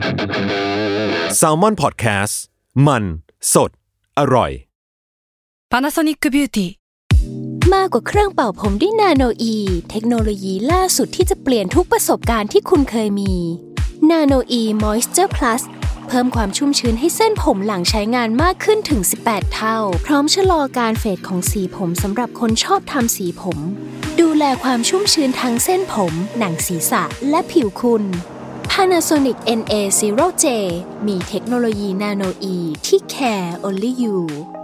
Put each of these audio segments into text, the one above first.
Salmon Podcast มันสดอร่อย Panasonic Beauty มากกว่าเครื่องเป่าผมด้วยนาโนอีเทคโนโลยีล่าสุดที่จะเปลี่ยนทุกประสบการณ์ที่คุณเคยมีนาโนอีมอยส์เจอร์พลัสเพิ่มความชุ่มชื้นให้เส้นผมหลังใช้งานมากขึ้นถึง18เท่าพร้อมชะลอการเฟดของสีผมสำหรับคนชอบทำสีผมดูแลความชุ่มชื้นทั้งเส้นผมหนังศีรษะและผิวคุณ Panasonic NA0J มีเทคโนโลยีนาโนอีที่ care only you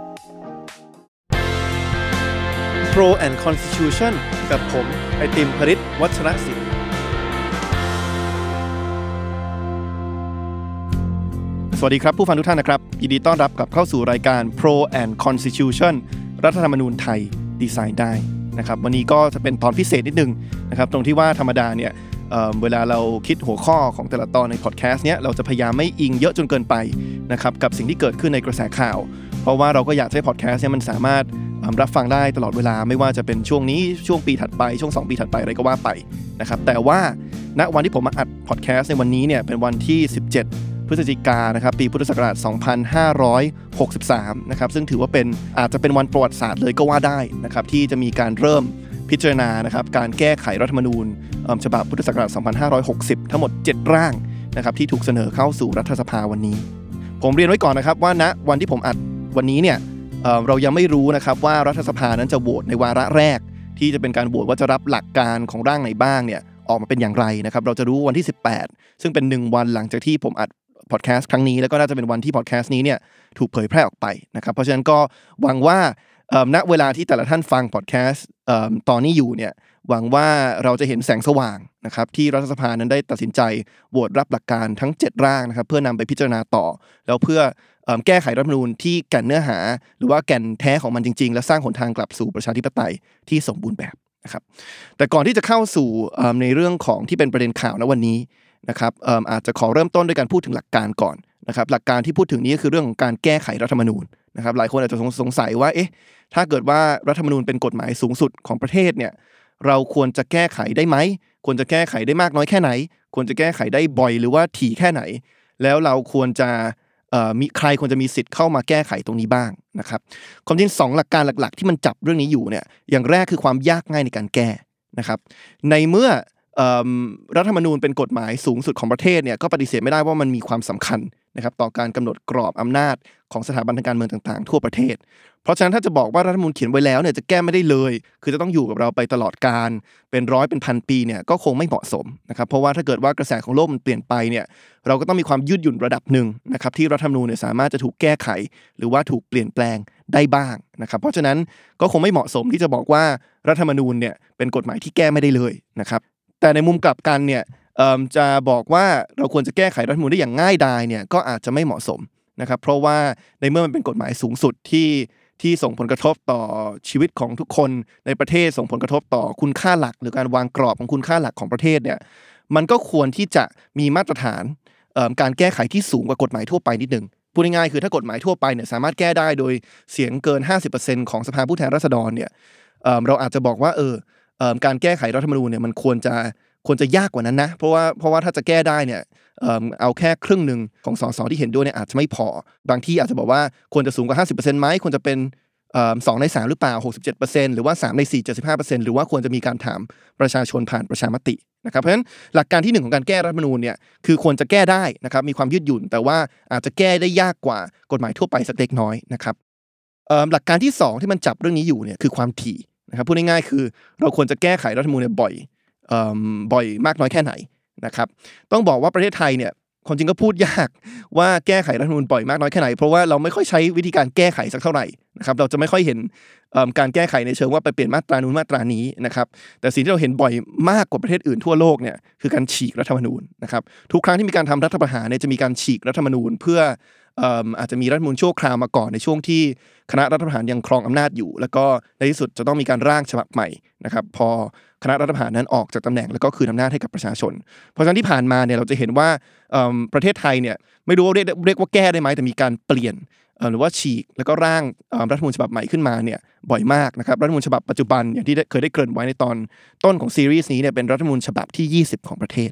Pro and Constitution กับผมไอติม ภริษ วัชรศิลป์สวัสดีครับผู้ฟังทุกท่านนะครับยินดีต้อนรับกลับเข้าสู่รายการ Pro and Constitution รัฐธรรมนูญไทยดีไซน์ได้นะครับวันนี้ก็จะเป็นตอนพิเศษนิดนึงนะครับตรงที่ว่าธรรมดาเนี่ยเวลาเราคิดหัวข้อของแต่ละตอนในพอดแคสต์เนี้ยเราจะพยายามไม่อิงเยอะจนเกินไปนะครับกับสิ่งที่เกิดขึ้นในกระแสข่าวเพราะว่าเราก็อยากให้พอดแคสต์เนี่ยมันสามารถรับฟังได้ตลอดเวลาไม่ว่าจะเป็นช่วงนี้ช่วงปีถัดไปช่วง2ปีถัดไปอะไรก็ว่าไปนะครับแต่ว่าณวันที่ผมมาอัดพอดแคสต์ในวันนี้เนี่ยเป็นวันที่17พฤศจิกายนนะครับปีพุทธศักราช2563นะครับซึ่งถือว่าเป็นอาจจะเป็นวันประวัติศาสตร์เลยก็ว่าได้นะครับที่จะมีการเริ่มพิจารณานะครับการแก้ไขรัฐธรรมนูญฉบับพุทธศักราช2560ทั้งหมด7ร่างนะครับที่ถูกเสนอเข้าสู่รัฐสภาวันนี้ผมเรียนไว้ก่อนนะครับว่าณวันที่ผมอัดวันนี้เนี่ยเรายังไม่รู้นะครับว่ารัฐสภานั้นจะโหวตในวาระแรกที่จะเป็นการโหวตว่าจะรับหลักการของร่างไหนบ้างเนี่ยออกมาเป็นอย่างไรนะครับเราจะรู้วันที่18ซึ่งเป็น1วันหลังจากที่ผมอัดพอดแคสต์ครั้งนี้แล้วก็น่าจะเป็นวันที่พอดแคสต์นี้เนี่ยถูกเผยแพร่ออกไปนะครับเพราะฉะนั้นก็หวังว่าณเวลาที่แต่ละท่านฟังพอดแคสต์ตอนนี้อยู่เนี่ยหวังว่าเราจะเห็นแสงสว่างนะครับที่รัฐสภานั้นได้ตัดสินใจโหวตรับหลักการทั้ง7ร่างนะครับเพื่อนำไปพิจารณาต่อแล้วเพื่อแก้ไขรัฐธรรมนูญที่แก่นเนื้อหาหรือว่าแก่นแท้ของมันจริงๆและสร้างหนทางกลับสู่ประชาธิปไตยที่สมบูรณ์แบบนะครับแต่ก่อนที่จะเข้าสู่ในเรื่องของที่เป็นประเด็นข่าวณวันนี้นะครับอาจจะขอเริ่มต้นด้วยการพูดถึงหลักการก่อนนะครับหลักการที่พูดถึงนี้ก็คือเรื่องของการแก้ไขรัฐธรรมนูญนะครับหลายคนอาจจะสงสัยว่าถ้าเกิดว่ารัฐธรรมนูญเป็นกฎหมายสูงสุดของประเทศเนี่ยเราควรจะแก้ไขได้ไหมควรจะแก้ไขได้มากน้อยแค่ไหนควรจะแก้ไขได้บ่อยหรือว่าถี่แค่ไหนแล้วเราควรจะมีใครควรจะมีสิทธิ์เข้ามาแก้ไขตรงนี้บ้างนะครับความจริง2หลักการหลักๆที่มันจับเรื่องนี้อยู่เนี่ยอย่างแรกคือความยากง่ายในการแก้นะครับในเมื่อรัฐธรรมนูญเป็นกฎหมายสูงสุดของประเทศเนี่ยก็ปฏิเสธไม่ได้ว่ามันมีความสำคัญนะครับต่อการกำหนดกรอบอำนาจของสถาบันทางการเมืองต่างๆทั่วประเทศเพราะฉะนั้นถ้าจะบอกว่ารัฐธรรมนูญเขียนไว้แล้วเนี่ยจะแก้ไม่ได้เลยคือจะต้องอยู่กับเราไปตลอดกาลเป็นร้อยเป็นพันปีเนี่ยก็คงไม่เหมาะสมนะครับเพราะว่าถ้าเกิดว่ากระแสของโลกมันเปลี่ยนไปเนี่ยเราก็ต้องมีความยืดหยุ่นระดับหนึ่งนะครับที่รัฐธรรมนูญเนี่ยสามารถจะถูกแก้ไขหรือว่าถูกเปลี่ยนแปลงได้บ้างนะครับเพราะฉะนั้นก็คงไม่เหมาะสมที่จะบอกว่ารัฐธรรมนูญเนี่ยเป็นกฎหมายที่แก้ไม่ได้เลยนะครับแต่ในมุมกลับกันเนี่ยจะบอกว่าเราควรจะแก้ไขรัฐธรรมนูญได้อย่างง่ายดายเนี่ยก็อาจจะไม่เหมาะสมนะครับเพราะว่าในเมื่อมันเป็นกฎหมายสูงสุดที่ส่งผลกระทบต่อชีวิตของทุกคนในประเทศส่งผลกระทบต่อคุณค่าหลักหรือการวางกรอบของคุณค่าหลักของประเทศเนี่ยมันก็ควรที่จะมีมาตรฐานการแก้ไขที่สูงกว่ากฎหมายทั่วไปนิดนึงพูดง่ายๆคือถ้ากฎหมายทั่วไปเนี่ยสามารถแก้ได้โดยเสียงเกิน 50% ของสภาผู้แทนราษฎรเนี่ยเราอาจจะบอกว่าการแก้ไขรัฐธรรมนูญเนี่ยมันควรจะยากกว่านั้นนะเพราะว่าถ้าจะแก้ได้เนี่ยเอาแค่ครึ่งนึงของสสที่เห็นด้วยเนี่ยอาจจะไม่พอบางที่อาจจะบอกว่าควรจะสูงกว่า 50% ไหมควรจะเป็น2 ใน 3หรือเปล่า 67% หรือว่า3 ใน 4 75% หรือว่าควรจะมีการถามประชาชนผ่านประชามตินะครับเพราะฉะนั้นหลักการที่1ของการแก้รัฐธรรมนูญเนี่ยคือควรจะแก้ได้นะครับมีความยืดหยุ่นแต่ว่าอาจจะแก้ได้ยากกว่ากฎหมายทั่วไปสักเล็กน้อยนะครับหลักการที่2ที่มันจับเรื่องนี้อยู่เนี่ยคือความถี่นะครับพูดง่ายๆคือเราควรจะแก้ไขรัฐธรรมนูญเนี่ยบ่อยมากน้อยแค่ไหนนะครับต้องบอกว่าประเทศไทยเนี่ยความจริงก็พูดยากว่าแก้ไขรัฐธรรมนูญบ่อยมากน้อยแค่ไหนเพราะว่าเราไม่ค่อยใช้วิธีการแก้ไขสักเท่าไหร่นะครับเราจะไม่ค่อยเห็นการแก้ไขในเชิงว่าไปเปลี่ยนมาตรานู้นมาตรานี้นะครับแต่สิ่งที่เราเห็นบ่อยมากกว่าประเทศอื่นทั่วโลกเนี่ยคือการฉีกรัฐธรรมนูญนะครับทุกครั้งที่มีการทำรัฐประหารเนี่ยจะมีการฉีกรัฐธรรมนูญเพื่ออาจจะมีรัฐธรรมนูญชั่วคราวมาก่อนในช่วงที่คณะรัฐประหารยังครองอำนาจอยู่แล้วก็ในที่สุดจะต้องมีการร่างฉบับใหม่นะครับพอคณะรัฐประหารนั้นออกจากตำแหน่งแล้วก็คืนอำนาจให้กับประชาชนเพราะฉะนั้นที่ผ่านมาเนี่ยเราจะเห็นว่าประเทศไทยเนี่ยไม่รู้ว่าเรียกว่าแก้ได้ไหมแต่มีการเปลี่ยนหรือว่าฉีกแล้วก็ร่างรัฐธรรมนูญฉบับใหม่ขึ้นมาเนี่ยบ่อยมากนะครับรัฐธรรมนูญฉบับปัจจุบันอย่างที่เคยได้เกริ่นไว้ในตอนต้นของซีรีส์นี้เนี่ยเป็นรัฐธรรมนูญฉบับที่20ของประเทศ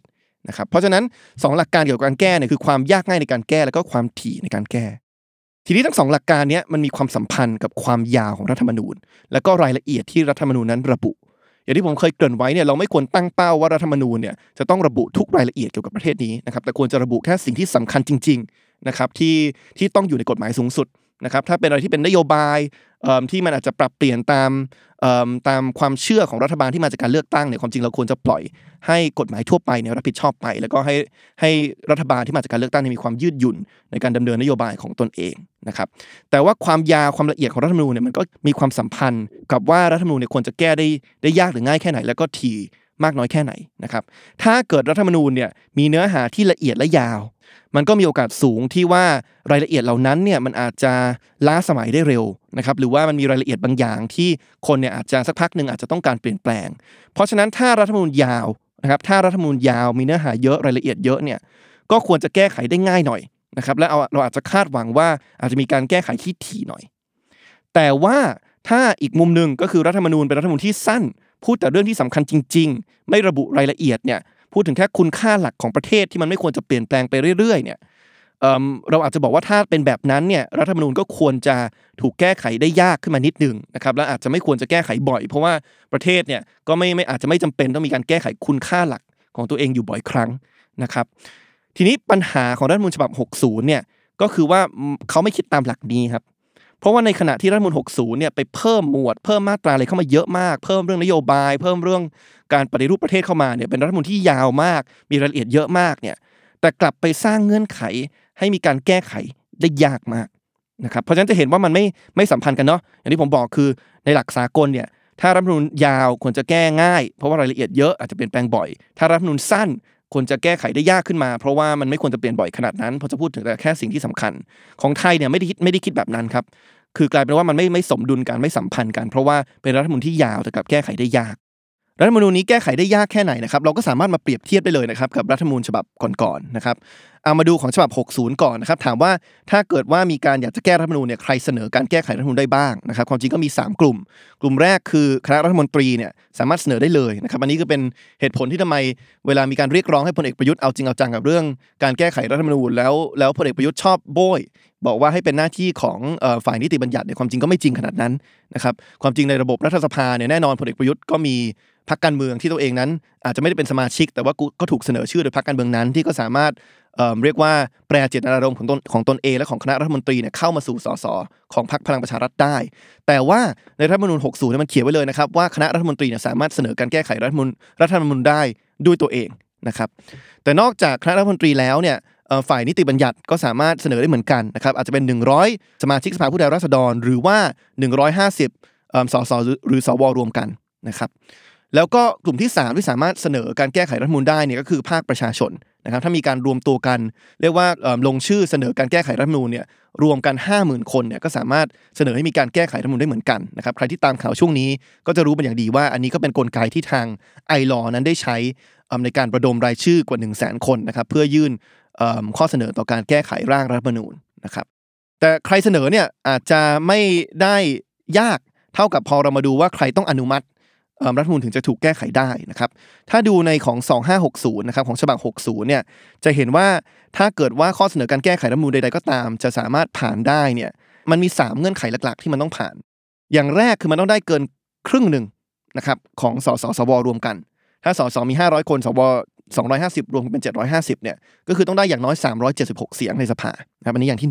นะครับเพราะฉะนั้น2หลักการเกี่ยวกับการแก้เนี่ยคือความยากง่ายในการแก้แล้วก็ความถี่ในการแก้ทีนี้ทั้ง2หลักการนี้มันมีความสัมพันธ์กับความยาวของรัฐธรรมนูญแล้วก็รายละเอียดที่รัฐธรรมนูญนั้นระบุอย่างที่ผมเคยเกริ่นไว้เนี่ยเราไม่ควรตั้งเป้าว่ารัฐธรรมนูญเนี่ยจะต้องระบุทุกรายละเอียดเกี่ยวกับประเทศนี้นะครับแต่ควรจะระบุแค่สิ่งที่สำคัญจริงๆนะครับที่ต้องอยู่ในกฎหมายสูงสุดนะครับถ้าเป็นอะไรที่เป็นนโยบายที่มันอาจจะปรับเปลี่ยนตามความเชื่อของรัฐบาลที่มาจากการเลือกตั้งเนี่ยความจริงเราควรจะปล่อยให้กฎหมายทั่วไปเนี่ยรับผิดชอบไปแล้วก็ให้รัฐบาลที่มาจากการเลือกตั้งมีความยืดหยุ่นในการดำเนินนโยบายของตนเองนะครับแต่ว่าความยาวความละเอียดของรัฐธรรมนูญเนี่ยมันก็มีความสัมพันธ์กับว่ารัฐธรรมนูญเนี่ยควรจะแก้ได้ยากหรือง่ายแค่ไหนแล้วก็ถี่มากน้อยแค่ไหนนะครับถ้าเกิดรัฐธรรมนูญเนี่ยมีเนื้อหาที่ละเอียดและยาวมันก็มีโอกาสสูงที่ว่ารายละเอียดเหล่านั้นเนี่ยมันอาจจะล้าสมัยได้เร็วนะครับหรือว่ามันมีรายละเอียดบางอย่างที่คนเนี่ยอาจจะสักพักนึงอาจจะต้องการเปลี่ยนแปลงเพราะฉะนั้นถ้ารัฐธรรมนูญยาวนะครับถ้ารัฐธรรมนูญยาวมีเนื้อหาเยอะรายละเอียดเยอะเนี่ยก็ควรจะแก้ไขได้ง่ายหน่อยนะครับและเราอาจจะคาดหวังว่าอาจจะมีการแก้ไขที่ถี่หน่อยแต่ว่าถ้าอีกมุมนึงก็คือรัฐธรรมนูญเป็นรัฐธรรมนูญที่สั้นพูดแต่เรื่องที่สำคัญจริงๆไม่ระบุรายละเอียดเนี่ยพูดถึงแค่คุณค่าหลักของประเทศที่มันไม่ควรจะเปลี่ยนแปลงไปเรื่อยๆเนี่ยเราอาจจะบอกว่าถ้าเป็นแบบนั้นเนี่ยรัฐธรรมนูญก็ควรจะถูกแก้ไขได้ยากขึ้นมานิดนึงนะครับและอาจจะไม่ควรจะแก้ไขบ่อยเพราะว่าประเทศเนี่ยก็ไม่อาจจะไม่จำเป็นต้องมีการแก้ไขคุณค่าหลักของตัวเองอยู่บ่อยครั้งนะครับทีนี้ปัญหาของรัฐธรรมนูญฉบับ60เนี่ยก็คือว่าเขาไม่คิดตามหลักนี้ครับเพราะว่าในขณะที่รัฐธรรมนูญ60เนี่ยไปเพิ่มหมวดเพิ่มมาตราอะไรเข้ามาเยอะมากเพิ่มเรื่องนโยบายเพิ่มเรื่องการปฏิรูปประเทศเข้ามาเนี่ยเป็นรัฐธรรมนูญที่ยาวมากมีรายละเอียดเยอะมากเนี่ยแต่กลับไปสร้างเงื่อนไขให้มีการแก้ไขได้ยากมากนะครับเพราะฉะนั้นจะเห็นว่ามันไม่สัมพันธ์กันเนาะอย่างที่ผมบอกคือในหลักสากลเนี่ยถ้ารัฐธรรมนูญยาวควรจะแก้ง่ายเพราะว่ารายละเอียดเยอะอาจจะเปลี่ยนแปลงบ่อยถ้ารัฐธรรมนูญสั้นควรจะแก้ไขได้ยากขึ้นมาเพราะว่ามันไม่ควรจะเปลี่ยนบ่อยขนาดนั้นเพราะจะพูดถึงแต่แค่สิ่งที่สำคัญของไทยเนี่ยไม่ได้คิดแบบนั้นครับคือกลายเป็นว่ามันไม่สมดุลกันไม่สัมพันธ์กันเพราะว่าเป็นรัฐธรรมนูญที่ยาวแต่กลับแก้ไขได้ยากรัฐธรรมนูญนี้แก้ไขได้ยากแค่ไหนนะครับเราก็สามารถมาเปรียบเทียบได้เลยนะครับกับรัฐธรรมนูญฉบับก่อนๆนะครับเอามาดูของฉบับ60ก่อนนะครับถามว่าถ้าเกิดว่ามีการอยากจะแก้รัฐธรรมนูญเนี่ยใครเสนอการแก้ไขรัฐธรรมนูญได้บ้างนะครับความจริงก็มี3กลุ่มแรกคือคณะรัฐมนตรีเนี่ยสามารถเสนอได้เลยนะครับอันนี้ก็เป็นเหตุผลที่ทำไมเวลามีการเรียกร้องให้พลเอกประยุทธ์เอาจริงเอาจังกับเรื่องการแก้ไขรัฐธรรมนูญแล้วพลเอกประยุทธ์ชอบโบยบอกว่าให้เป็นหน้าที่ของฝ่ายนิติบัญญัติเนี่ยความจริงก็ไม่จริงขนาดนั้นนะครับความจริงในระบบรัฐสภาเนี่ยแน่นอนพลเอกประยุทธ์ก็มีพรรคการเมืองที่ตัวเองนั้นอาจจะไม่ได้เป็นสมาชิกแต่ว่าก็ถูกเสนอชื่อโดยพรรคการเมืองนั้นที่ก็สามารถเรียกว่าแปลเจตนารมณ์ของตนเองและของคณะรัฐมนตรีเนี่ยเข้ามาสู่สสของพรรคพลังประชารัฐได้แต่ว่าในรัฐธรรมนูญ60เนี่ยมันเขียนไว้เลยนะครับว่าคณะรัฐมนตรีเนี่ยสามารถเสนอการแก้ไขรัฐธรรมนูญได้ด้วยตัวเองนะครับแต่นอกจากคณะรัฐมนตรีแล้วเนี่ยฝ่ายนิติบัญญัติก็สามารถเสนอได้เหมือนกันนะครับอาจจะเป็น100สมาชิกสภาผู้แทนราษฎรหรือว่า150สสหรือสวรวมกันนะครับแล้วก็กลุ่มที่3ที่สามารถเสนอการแก้ไขรัฐธรรมนูญได้เนี่ยก็คือภาคประชาชนนะครับถ้ามีการรวมตัวกันเรียกว่าลงชื่อเสนอการแก้ไขรัฐธรรมนูญเนี่ยรวมกัน 50,000 คนเนี่ยก็สามารถเสนอให้มีการแก้ไขรัฐธรรมนูญได้เหมือนกันนะครับใครที่ตามข่าวช่วงนี้ก็จะรู้เป็นอย่างดีว่าอันนี้ก็เป็นกลไกที่ทางไอลอนั้นได้ใช้ในการระดมรายชื่อกว่า 100,000 คนนะครับเพื่อยื่นข้อเสนอต่อการแก้ไขร่างรัฐธรรมนูญนะครับแต่ใครเสนอเนี่ยอาจจะไม่ได้ยากเท่ากับพอเรามาดูว่าใครต้องอนุมัติรัฐธรรมนูญถึงจะถูกแก้ไขได้นะครับถ้าดูในของ2560นะครับของฉบับ60เนี่ยจะเห็นว่าถ้าเกิดว่าข้อเสนอการแก้ไขรัฐธรรมนูญใดๆก็ตามจะสามารถผ่านได้เนี่ยมันมี3เงื่อนไขหลักๆที่มันต้องผ่านอย่างแรกคือมันต้องได้เกินครึ่งนึงนะครับของสสสวรวมกันถ้าสสมี500คนสว250รวมเป็น750เนี่ยก็คือต้องได้อย่างน้อย376เสียงในสภานะครับอันนี้อย่างที่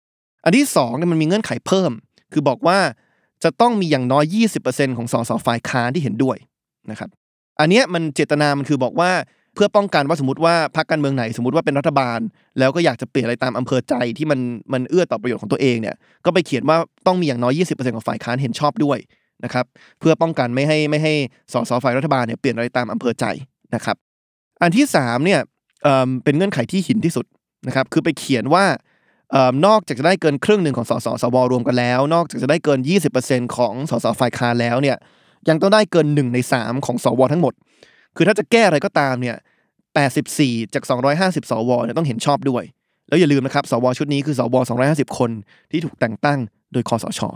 1อันที่2เนี่ยมันมีเงื่อนไขเพิ่มคือบอกว่าจะต้องมีอย่างน้อย 20% ของสสฝ่ายค้านที่เห็นด้วยนะครับอันเนี้ยมันเจตนามันคือบอกว่าเพื่อป้องกันว่าสมมติว่าพรรคการเมืองไหนสมมติว่าเป็นรัฐบาลแล้วก็อยากจะเปลี่ยนอะไรตามอำเภอใจที่มันเอื้อต่อประโยชน์ของตัวเองเนี่ยก็ไปเขียนว่าต้องมีอย่างน้อย 20% ของฝ่ายค้านเห็นชอบด้วยนะครับเพื่อป้องกันไม่ให้สสฝ่ายรัฐบาลเนี่ยเปลี่ยนอะไรตามอำเภอใจนะครับอันที่3เนี่ยเป็นเงื่อนไขที่หินที่สุดนะครับคือไปเขียนว่านอกจากจะได้เกินครึ่งหนึ่งของสสสวรวมกันแล้วนอกจากจะได้เกิน 20% ของสสฝ่ายค้านแล้วเนี่ยยังต้องได้เกิน1ใน3ของสวทั้งหมดคือถ้าจะแก้อะไรก็ตามเนี่ย84จาก250สวเนี่ยต้องเห็นชอบด้วยแล้วอย่าลืมนะครับสวชุดนี้คือสว250คนที่ถูกแต่งตั้งโดยคสช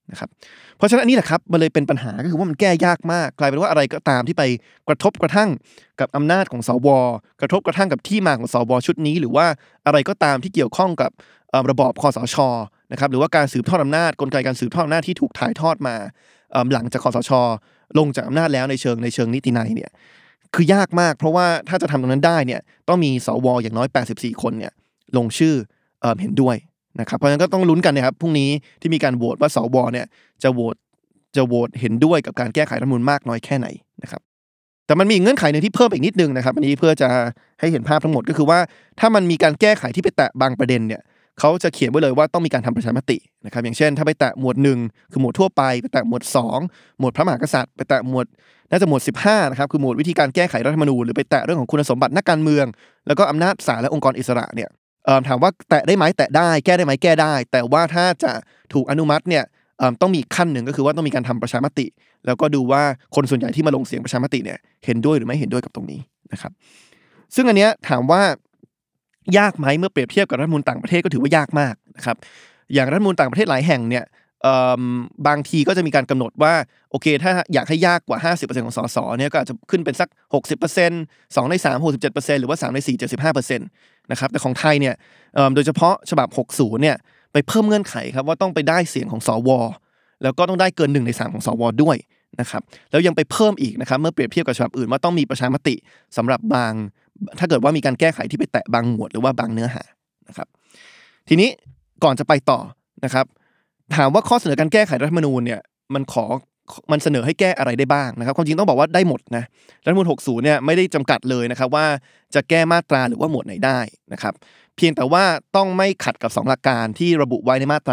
นะครับเพราะฉะนั้นนี่แหละครับมันเลยเป็นปัญหาก็คือว่ามันแก้ยากมากกลายเป็นว่าอะไรก็ตามที่ไปกระทบกระทั่งกับอำนาจของสวกระทบกระทั่งกับที่มาของสวชุดนี้หรือว่าอะไรก็ตามที่เกี่ยวข้องกับระบอบคสช.นะครับหรือว่าการสืบทอดอำนาจกลไกการสืบทอดอำนาจที่ถูกถ่ายทอดมาหลังจากคสช.ลงจากอำนาจแล้วในเชิงนิตินัยเนี่ยคือยากมากเพราะว่าถ้าจะทำตรงนั้นได้เนี่ยต้องมีสวอย่างน้อย84คนเนี่ยลงชื่อเห็นด้วยนะครับเพราะฉะนั้นก็ต้องลุ้นกันนะครับพรุ่งนี้ที่มีการโหวตว่าสวเนี่ยจะโหวตเห็นด้วยกับการแก้ไขรัฐธรรมนูญมากน้อยแค่ไหนนะครับแต่มันมีเงื่อนไขนึงที่เพิ่มอีกนิดนึงนะครับอันนี้เพื่อจะให้เห็นภาพทั้งหมดก็คือว่าถ้ามันมีการแก้ไขที่ไปแตะบางประเด็นเนี่ยเขาจะเขียนไว้เลยว่าต้องมีการทำประชามตินะครับอย่างเช่นถ้าไปแตะหมวด1คือหมวดทั่วไปไปแตะหมวด2หมวดพระมหากษัตริย์ไปแตะหมวดน่าจะหมวด15นะครับคือหมวดวิธีการแก้ไขรัฐธรรมนูญหรือไปแตะเรื่องของคุณสมบัตินักการเมืองแล้วก็อำนาจศาลและองค์กรอิสระเนี่ยถามว่าแตะได้ไหมแตะได้แก้ได้ไหมแก้ได้แต่ว่าถ้าจะถูกอนุมัติเนี่ยต้องมีขั้นหนึ่งก็คือว่าต้องมีการทำประชามติแล้วก็ดูว่าคนส่วนใหญ่ที่มาลงเสียงประชามติเนี่ยเห็นด้วยหรือไม่เห็นด้วยกับตรงนี้นะครับซึ่งอันเนี้ยถามว่ายากไหมเมื่อเปรียบเทียบกับรัฐธรรมนูญต่างประเทศก็ถือว่ายากมากนะครับอย่างรัฐธรรมนูญต่างประเทศหลายแห่งเนี่ยบางทีก็จะมีการกำหนดว่าโอเคถ้าอยากให้ยากกว่า 50% ของสสเนี่ยก็อาจจะขึ้นเป็นสัก 60% 2ใน3 67% หรือว่า3ใน4 75% นะครับแต่ของไทยเนี่ยโดยเฉพาะฉบับ60เนี่ยไปเพิ่มเงื่อนไขครับว่าต้องไปได้เสียงของสวแล้วก็ต้องได้เกิน1ใน3ของสวด้วยนะครับแล้วยังไปเพิ่มอีกนะครับเมื่อเปรียบเทียบกับฉบับอื่นว่าต้องมีประชามติสำหรับบางถ้าเกิดว่ามีการแก้ไขที่ไปแตะบางหมวดหรือว่าบางเนื้อหานะครับทีนี้ก่อนจะไปต่อนะครับถามว่าข้อเสนอการแก้ไขรัฐธรรมนูญเนี่ยมันเสนอให้แก้อะไรได้บ้างนะครับความจริงต้องบอกว่าได้หมดนะรัฐธรรมนูญ60เนี่ยไม่ได้จำกัดเลยนะครับว่าจะแก้มาตราหรือว่าหมวดไหนได้นะครับเพียงแต่ว่าต้องไม่ขัดกับ2หลักการที่ระบุไว้ในมาตรา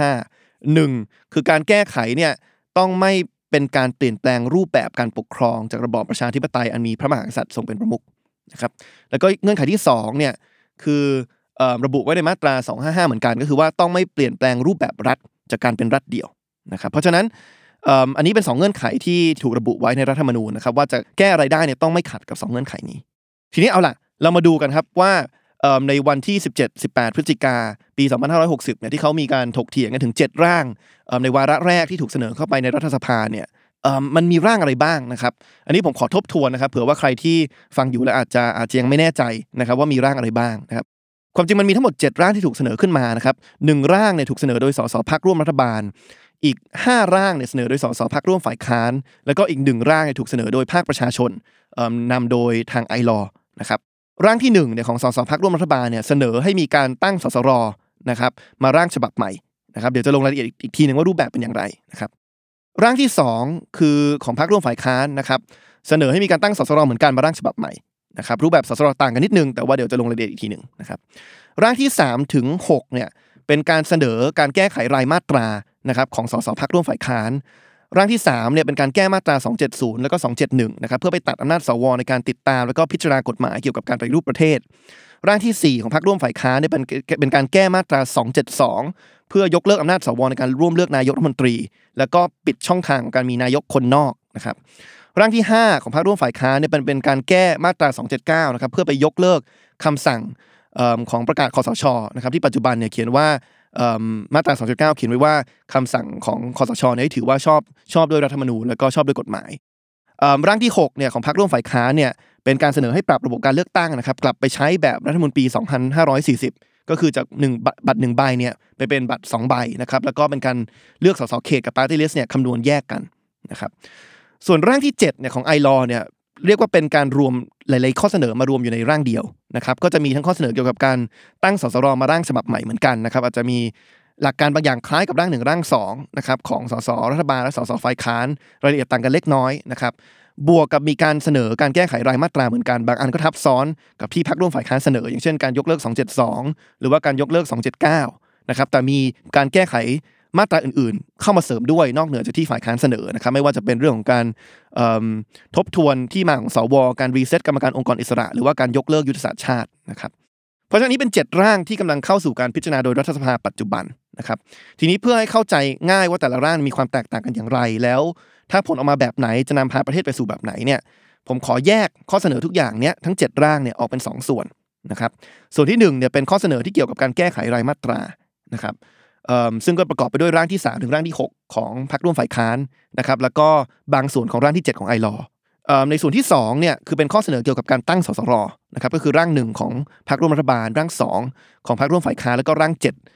255 1คือการแก้ไขเนี่ยต้องไม่เป็นการเปลี่ยนแปลงรูปแบบการปกครองจากระบอบประชาธิปไตยอันมีพระมหากษัตริย์ทรงเป็นประมุขนะครับแล้วก็เงื่อนไขที่2เนี่ยคือระบุไว้ในมาตรา255เหมือนกันก็คือว่าต้องไม่เปลี่ยนแปลงรูปแบบรัฐจากการเป็นรัฐเดี่ยวนะครับเพราะฉะนั้นอันนี้เป็น2เงื่อนไขที่ถูกระบุไว้ในรัฐธรรมนูญนะครับว่าจะแก้อะไรได้เนี่ยต้องไม่ขัดกับ2เงื่อนไขนี้ทีนี้เอาล่ะเรามาดูกันครับว่าในวันที่17-18 พฤศจิกาปี2560เนี่ยที่เขามีการถกเถียงกันถึง7ร่างในวาระแรกที่ถูกเสนอเข้าไปในรัฐสภาเนี่ยมันมีร่างอะไรบ้างนะครับอันนี้ผมขอทบทวนนะครับเผื่อว่าใครที่ฟังอยู่แล้วอาจจะยังไม่แน่ใจนะครับว่ามีร่างอะไรบ้างนะครับความจริงมันมีทั้งหมด7ร่างที่ถูกเสนอขึ้นมานะครับ1ร่างเนี่ยถูกเสนอโดยสสพรรคร่วมรัฐบาลอีก5ร่างเนี่ยเสนอโดยสสพรรคร่วมฝ่ายค้านแล้วก็อีก1ร่างเนี่ยถูกเสนอโดยภาคประชาชนนำโดยทางไอลอนะครับร่างที่1เนี่ยของสสพรรคร่วมรัฐบาลเนี่ยเสนอให้มีการตั้งสสรนะครับมาร่างฉบับใหม่นะครับเดี๋ยวจะลงรายละเอียดอีกทีนึงว่ารูปแบบเป็นอย่างไรนะครับร่างที่2คือของพรรคร่วมฝ่ายค้านนะครับเสนอให้มีการตั้งสสรเหมือนกันมาร่างฉบับใหม่นะครับรูปแบบสสรต่างกันนิดนึงแต่ว่าเดี๋ยวจะลงรายละเอียดอีกทีนึงนะครับร่างที่3ถึง6เนี่ยเป็นการเสนอการแก้ไขรายมาตรานะครับของสสพรรคร่วมฝ่ายค้านร่างที่3เนี่ยเป็นการแก้มาตรา270แล้วก็271นะครับเพื่อไปตัดอำนาจสวในการติดตามแล้วก็พิจารณากฎหมายเกี่ยวกับการปฏิรูปประเทศร่างที่4ของพรรคร่วมฝ่ายค้านเนี่ยเป็นการแก้มาตรา272เพื่อยกเลิกอำนาจสวในการร่วมเลือกนายกรัฐมนตรีแล้วก็ปิดช่องทางของการมีนายกคนนอกนะครับร่างที่5ของพรรคร่วมฝ่ายค้านเนี่ยเป็นการแก้มาตรา279นะครับเพื่อไปยกเลิกคำสั่งของประกาศคสช.นะครับที่ปัจจุบันเนี่ยเขียนว่ามาตรา279เขียนไว้ว่าคำสั่งของคสช.เนี่ยถือว่าชอบด้วยรัฐธรรมนูญแล้วก็ชอบด้วยกฎหมายร่างที่6เนี่ยของพรรคร่วมฝ่ายค้านเนี่ยเป็นการเสนอให้ปรับระบบการเลือกตั้งนะครับกลับไปใช้แบบรัฐธรรมนูญปี2540ก็คือจากบัตร1ใบเนี่ยไปเป็นบัตร2ใบนะครับแล้วก็เป็นการเลือกสสเขตกับปาร์ตี้ลิสต์เนี่ยคำนวณแยกกันนะครับส่วนร่างที่7เนี่ยของไอลอเนี่ยเรียกว่าเป็นการรวมหลายๆข้อเสนอมารวมอยู่ในร่างเดียวนะครับก็จะมีทั้งข้อเสนอเกี่ยวกับการตั้งสสรมาร่างฉบับใหม่เหมือนกันนะครับอาจจะมีหลักการบางอย่างคล้ายกับร่าง1ร่าง2นะครับของสสรัฐบาลและสสฝ่ายค้านรายละเอียดต่างกันเล็กน้อยนะครับบวกกับมีการเสนอการแก้ไขรายมาตราเหมือนกันบางอันก็ทับซ้อนกับที่พรรคร่วมฝ่ายค้านเสนออย่างเช่นการยกเลิก272หรือว่าการยกเลิก279นะครับแต่มีการแก้ไขมาตราอื่นๆเข้ามาเสริมด้วยนอกเหนือจากที่ฝ่ายค้านเสนอนะครับไม่ว่าจะเป็นเรื่องของการทบทวนที่มาของสวการรีเซ็ตกรรมการองค์กรอิสระหรือว่าการยกเลิกยุทธศาสตร์ชาตินะครับเพราะฉะนั้นนี้เป็น7ร่างที่กำลังเข้าสู่การพิจารณาโดยรัฐสภาปัจจุบันนะครับทีนี้เพื่อให้เข้าใจง่ายว่าแต่ละร่างมีความแตกต่างกันอย่างไรแล้วถ้าผลออกมาแบบไหนจะนำพาประเทศไปสู่แบบไหนเนี่ยผมขอแยกข้อเสนอทุกอย่างเนี้ยทั้ง7ร่างเนี่ยออกเป็น2ส่วนนะครับส่วนที่1เนี่ยเป็นข้อเสนอที่เกี่ยวกับการแก้ไขรายมาตรานะครับซึ่งก็ประกอบไปด้วยร่างที่3ถึงร่างที่6ของพรรคร่วมฝ่ายค้านนะครับแล้วก็บางส่วนของร่างที่7ของไอลอในส่วนที่2เนี่ยคือเป็นข้อเสนอเกี่ยวกับการตั้งสสรนะครับก็คือร่าง1ของพรรคร่วมรัฐบาลร่าง2ของพรรคร่วมฝ่ายค้านแล้วก็ร่าง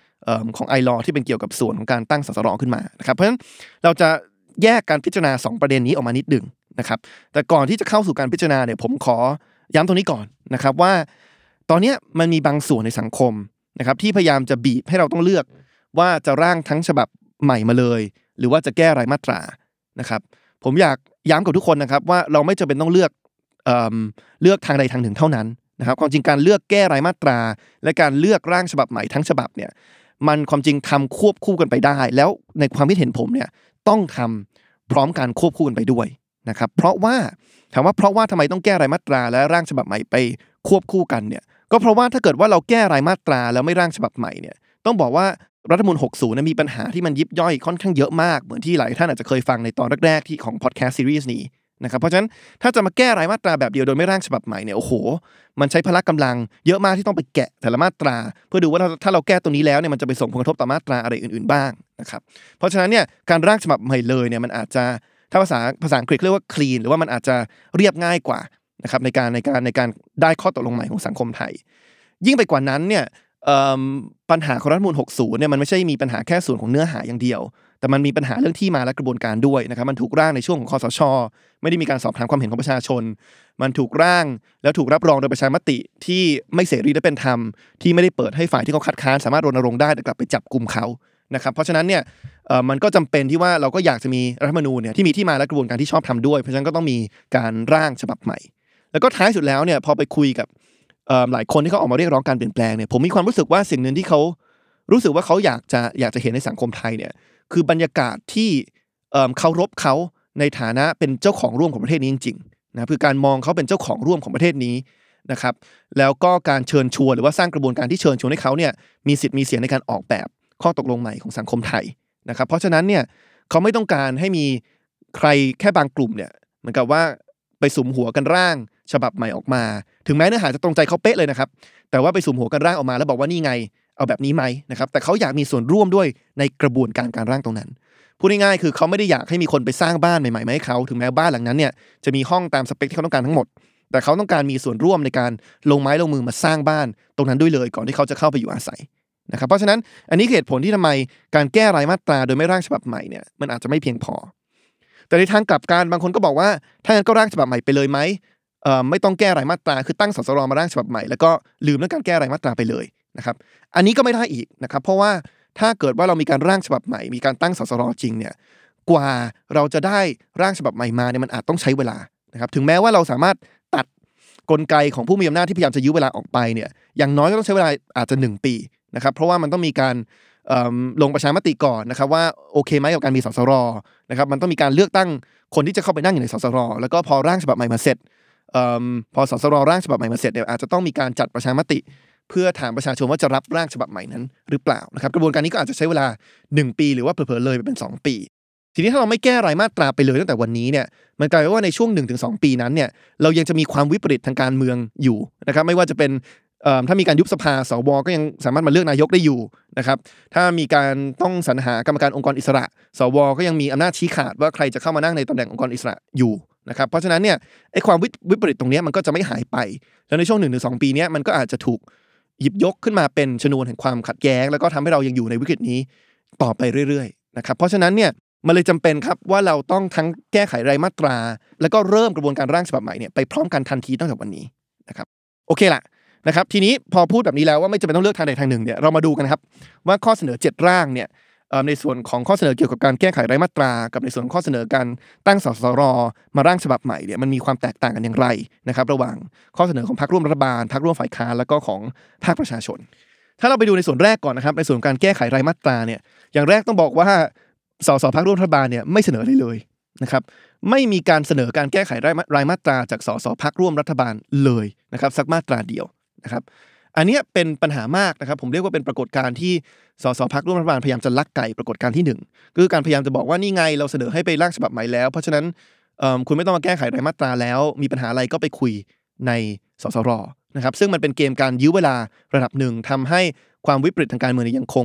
7ของไอลอที่เป็นเกี่ยวกับส่วนของการตั้งสสรขึ้นมานะครับเพราะฉะนั้นเราจะแยกการพิจารณา2ประเด็นนี้ออกมานิดนึงนะครับแต่ก่อนที่จะเข้าสู่การพิจารณาเนี่ยผมขอย้ำตรงนี้ก่อนนะครับว่าตอนนี้มันมีบางส่วนในสังคมนะครับที่พยายามจะบีบให้เราต้องเลือกว่าจะร่างทั้งฉบับใหม่มาเลยหรือว่าจะแก้รายมาตรานะครับผมอยากย้ำกับทุกคนนะครับว่าเราไม่จำเป็นต้องเลือกทางใดทางหนึ่งเท่านั้นนะครับความจริงการเลือกแก้รายมาตราและการเลือกร่างฉบับใหม่ทั้งฉบับเนี่ยมันความจริงทำควบคู่กันไปได้แล้วในความคิดเห็นผมเนี่ยต้องทำพร้อมกันควบคู่กันไปด้วยนะครับเพราะว่าถามว่าเพราะว่าทำไมต้องแก้รายมาตราและร่างฉบับใหม่ไปควบคู่กันเนี่ยก็เพราะว่าถ้าเกิดว่าเราแก้รายมาตราแล้วไม่ร่างฉบับใหม่เนี่ยต้องบอกว่ารัฐธรรมนูญ60มีปัญหาที่มันยิบย่อยค่อนข้างเยอะมากเหมือนที่หลายท่านอาจจะเคยฟังในตอนแรกๆที่ของพอดแคสต์ซีรีส์นี้นะครับเพราะฉะนั้นถ้าจะมาแก้รายมาตราแบบเดียวโดยไม่ร่างฉบับใหม่เนี่ยโอ้โหมันใช้พละกำลังเยอะมากที่ต้องไปแกะแต่ละมาตราเพื่อดูว่าถ้าเราแก้ตัวนี้แล้วเนี่ยมันจะไปส่งผลกระทบต่อมาตราอะไรอื่นๆบ้างนะครับเพราะฉะนั้นเนี่ยการร่างฉบับใหม่เลยเนี่ยมันอาจจะถ้าภาษาอังกฤษเรียกว่า clean หรือว่ามันอาจจะเรียบง่ายกว่านะครับในการได้ข้อตกลงใหม่ของสังคมไทยยิ่งไปกว่านั้นเนี่ยปัญหาของรัฐธรรมนูญ60เนี่ยมันไม่ใช่มีปัญหาแค่ส่วนของเนื้อหาอย่างเดียวแต่มันมีปัญหาเรื่องที่มาและกระบวนการด้วยนะครับมันถูกร่างในช่วงของคสช.ไม่ได้มีการสอบถามความเห็นของประชาชนมันถูกร่างแล้วถูกรับรองโดยประชามติที่ไม่เสรีและเป็นธรรมที่ไม่ได้เปิดให้ฝ่ายที่เขาคัดค้านสามารถรณรงค์ได้แต่กลับไปจับกุมเขานะครับเพราะฉะนั้นเนี่ยมันก็จำเป็นที่ว่าเราก็อยากจะมีรัฐธรรมนูญเนี่ยที่มีที่มาและกระบวนการที่ชอบทำด้วยเพราะฉะนั้นก็ต้องมีการร่างฉบับใหม่แล้วก็ท้ายสุดแล้วเนี่ยพอไปคุยกับหลายคนที่เขาออกมาเรียกร้องการเปลี่ยนแปลงเนี่ยผมมีความรู้สึกว่าสิ่งนึงที่เขารู้สึกว่าเขาอยากจะเห็นในสังคมไทยเนี่ยคือบรรยากาศที่เคารพเขาในฐานะเป็นเจ้าของร่วมของประเทศนี้จริงๆนะคือการมองเขาเป็นเจ้าของร่วมของประเทศนี้นะครับแล้วก็การเชิญชวนหรือว่าสร้างกระบวนการที่เชิญชวนให้เขาเนี่ยมีสิทธิ์มีเสียงในการออกแบบข้อตกลงใหม่ของสังคมไทยนะครับเพราะฉะนั้นเนี่ยเขาไม่ต้องการให้มีใครแค่บางกลุ่มเนี่ยเหมือนกับว่าไปสุมหัวกันร่างฉบับใหม่ออกมาถึงแม้เนื้อหาจะตรงใจเขาเป๊ะเลยนะครับแต่ว่าไปสุมหัวกันร่างออกมาแล้วบอกว่านี่ไงเอาแบบนี้ไหมนะครับแต่เขาอยากมีส่วนร่วมด้วยในกระบวนการร่างตรงนั้นพูดง่ายๆคือเขาไม่ได้อยากให้มีคนไปสร้างบ้านใหม่ๆมาให้เขาถึงแม้บ้านหลังนั้นเนี่ยจะมีห้องตามสเปคที่เขาต้องการทั้งหมดแต่เขาต้องการมีส่วนร่วมในการลงไม้ลงมือมาสร้างบ้านตรงนั้นด้วยเลยก่อนที่เขาจะเข้าไปอยู่อาศัยนะครับเพราะฉะนั้นอันนี้เหตุผลที่ทำไมการแก้รายมาตราโดยไม่ร่างฉบับใหม่เนี่ยมันอาจจะไม่เพียงพอแต่ในทางกลับกันบางคนก็บอกว่าถ้างั้นก็ร่างฉบับใหม่ไปเลยไหมไม่ต้องแก้รายมาตราคือตั้งสสรมาร่างฉบับใหม่แล้วก็ลืมเรื่องการแก้รายมาตราไปเลยนะครับอันนี้ก็ไม่ได้อีกนะครับเพราะว่าถ้าเกิดว่าเรามีการร่างฉบับใหม่มีการตั้งสสรจริงเนี่ยกว่าเราจะได้ร่างฉบับใหม่มาเนี่ยมันอาจต้องใช้เวลานะครับถึงแม้ว่าเราสามารถตัดกลไกของผู้มีอำนาจที่พยายามจะยื้อเวลาออกไปเนี่ยอย่างน้อยก็ต้องใช้เวลาอาจจะ1 ปีนะครับเพราะว่ามันต้องมีการลงประชามติก่อนนะครับว่าโอเคไหมกับการมีสสรนะครับมันต้องมีการเลือกตั้งคนที่จะเข้าไปนั่งอยู่ในสสรแล้วก็พอร่างฉบับใหม่มาเสร็จพอสสรร่างฉบับใหม่มาเสร็จเนี่ยอาจจะต้องมีการจัดประชามติเพื่อถามประชาชนว่าจะรับร่างฉบับใหม่นั้นหรือเปล่านะครับกระบวนการนี้ก็อาจจะใช้เวลา1 ปีหรือว่าเผลอๆเลยไปเป็น2 ปีทีนี้ถ้าเราไม่แก้รายมาตราไปเลยตั้งแต่วันนี้เนี่ยมันกลายเป็นว่าในช่วง 1-2 ปีนั้นเนี่ยเรายังจะมีความวิปริตทางการเมืองอยู่นะครับไม่ว่าจะเป็นถ้ามีการยุบสภาสวก็ยังสามารถมาเลือกนายกได้อยู่นะครับถ้ามีการต้องสรรหากรรมการองค์กรอิสระสวก็ยังมีอำนาจชี้ขาดว่าใครจะเข้ามานั่งในตำแหน่งองค์กรอิสระอยู่นะครับเพราะฉะนั้นเนี่ยไอ้ความวิปริตตรงนี้มันก็จะไม่หายไปแล้วในช่วง 1-2 ปีนี้มันก็อาจจะถูกหยิบยกขึ้นมาเป็นชนวนแห่งความขัดแย้งแล้วก็ทำให้เรายังอยู่ในวิกฤตนี้ต่อไปเรื่อยๆนะครับเพราะฉะนั้นเนี่ยมันเลยจำเป็นครับว่าเราต้องทั้งแก้ไขรายมาตราแล้วก็เริ่มกระบวนการร่างฉบับใหม่เนี่ยไปพร้อมกันทันทีตั้งแต่วันนี้นะครับโอเคละนะครับทีนี้พอพูดแบบนี้แล้วว่าไม่จำเป็นต้องเลือกทางใดทางหนึ่งเนี่ยเรามาดูกันครับว่าข้อเสนอ7ร่างเนี่ยในส่วนของข้อเสนอเกี่ยวกับการแก้ไขรายมาตรากับในส่วนของข้อเสนอการตั้งสสรมาร่างฉบับใหม่เนี่ยมันมีความแตกต่างกันอย่างไรนะครับระหว่างข้อเสนอของพรรคร่วมรัฐบาลพรรคร่วมฝ่ายค้านแล้วก็ของภาคประชาชนถ้าเราไปดูในส่วนแรกก่อนนะครับในส่วนการแก้ไขรายมาตราเนี่ยอย่างแรกต้องบอกว่าสสพรรคร่วมรัฐบาลเนี่ยไม่เสนอเลยนะครับไม่มีการเสนอการแก้ไขรายมาตราจากสสพรรคร่วมรัฐบาลเลยนะครับสักมาตราเดียวนะครับอันนี้เป็นปัญหามากนะครับผมเรียกว่าเป็นปรากฏการณ์ที่สสพรรคร่วมรัฐบาลพยายามจะลักไก่ปรากฏการณ์ที่1คือการพยายามจะบอกว่านี่ไงเราเสนอให้ไปร่างฉบับใหม่แล้วเพราะฉะนั้นคุณไม่ต้องมาแก้ไขรายมาตราแล้วมีปัญหาอะไรก็ไปคุยในสสรนะครับซึ่งมันเป็นเกมการยื้อเวลาระดับหนึ่งทำให้ความวิปริตทางการเมืองยังคง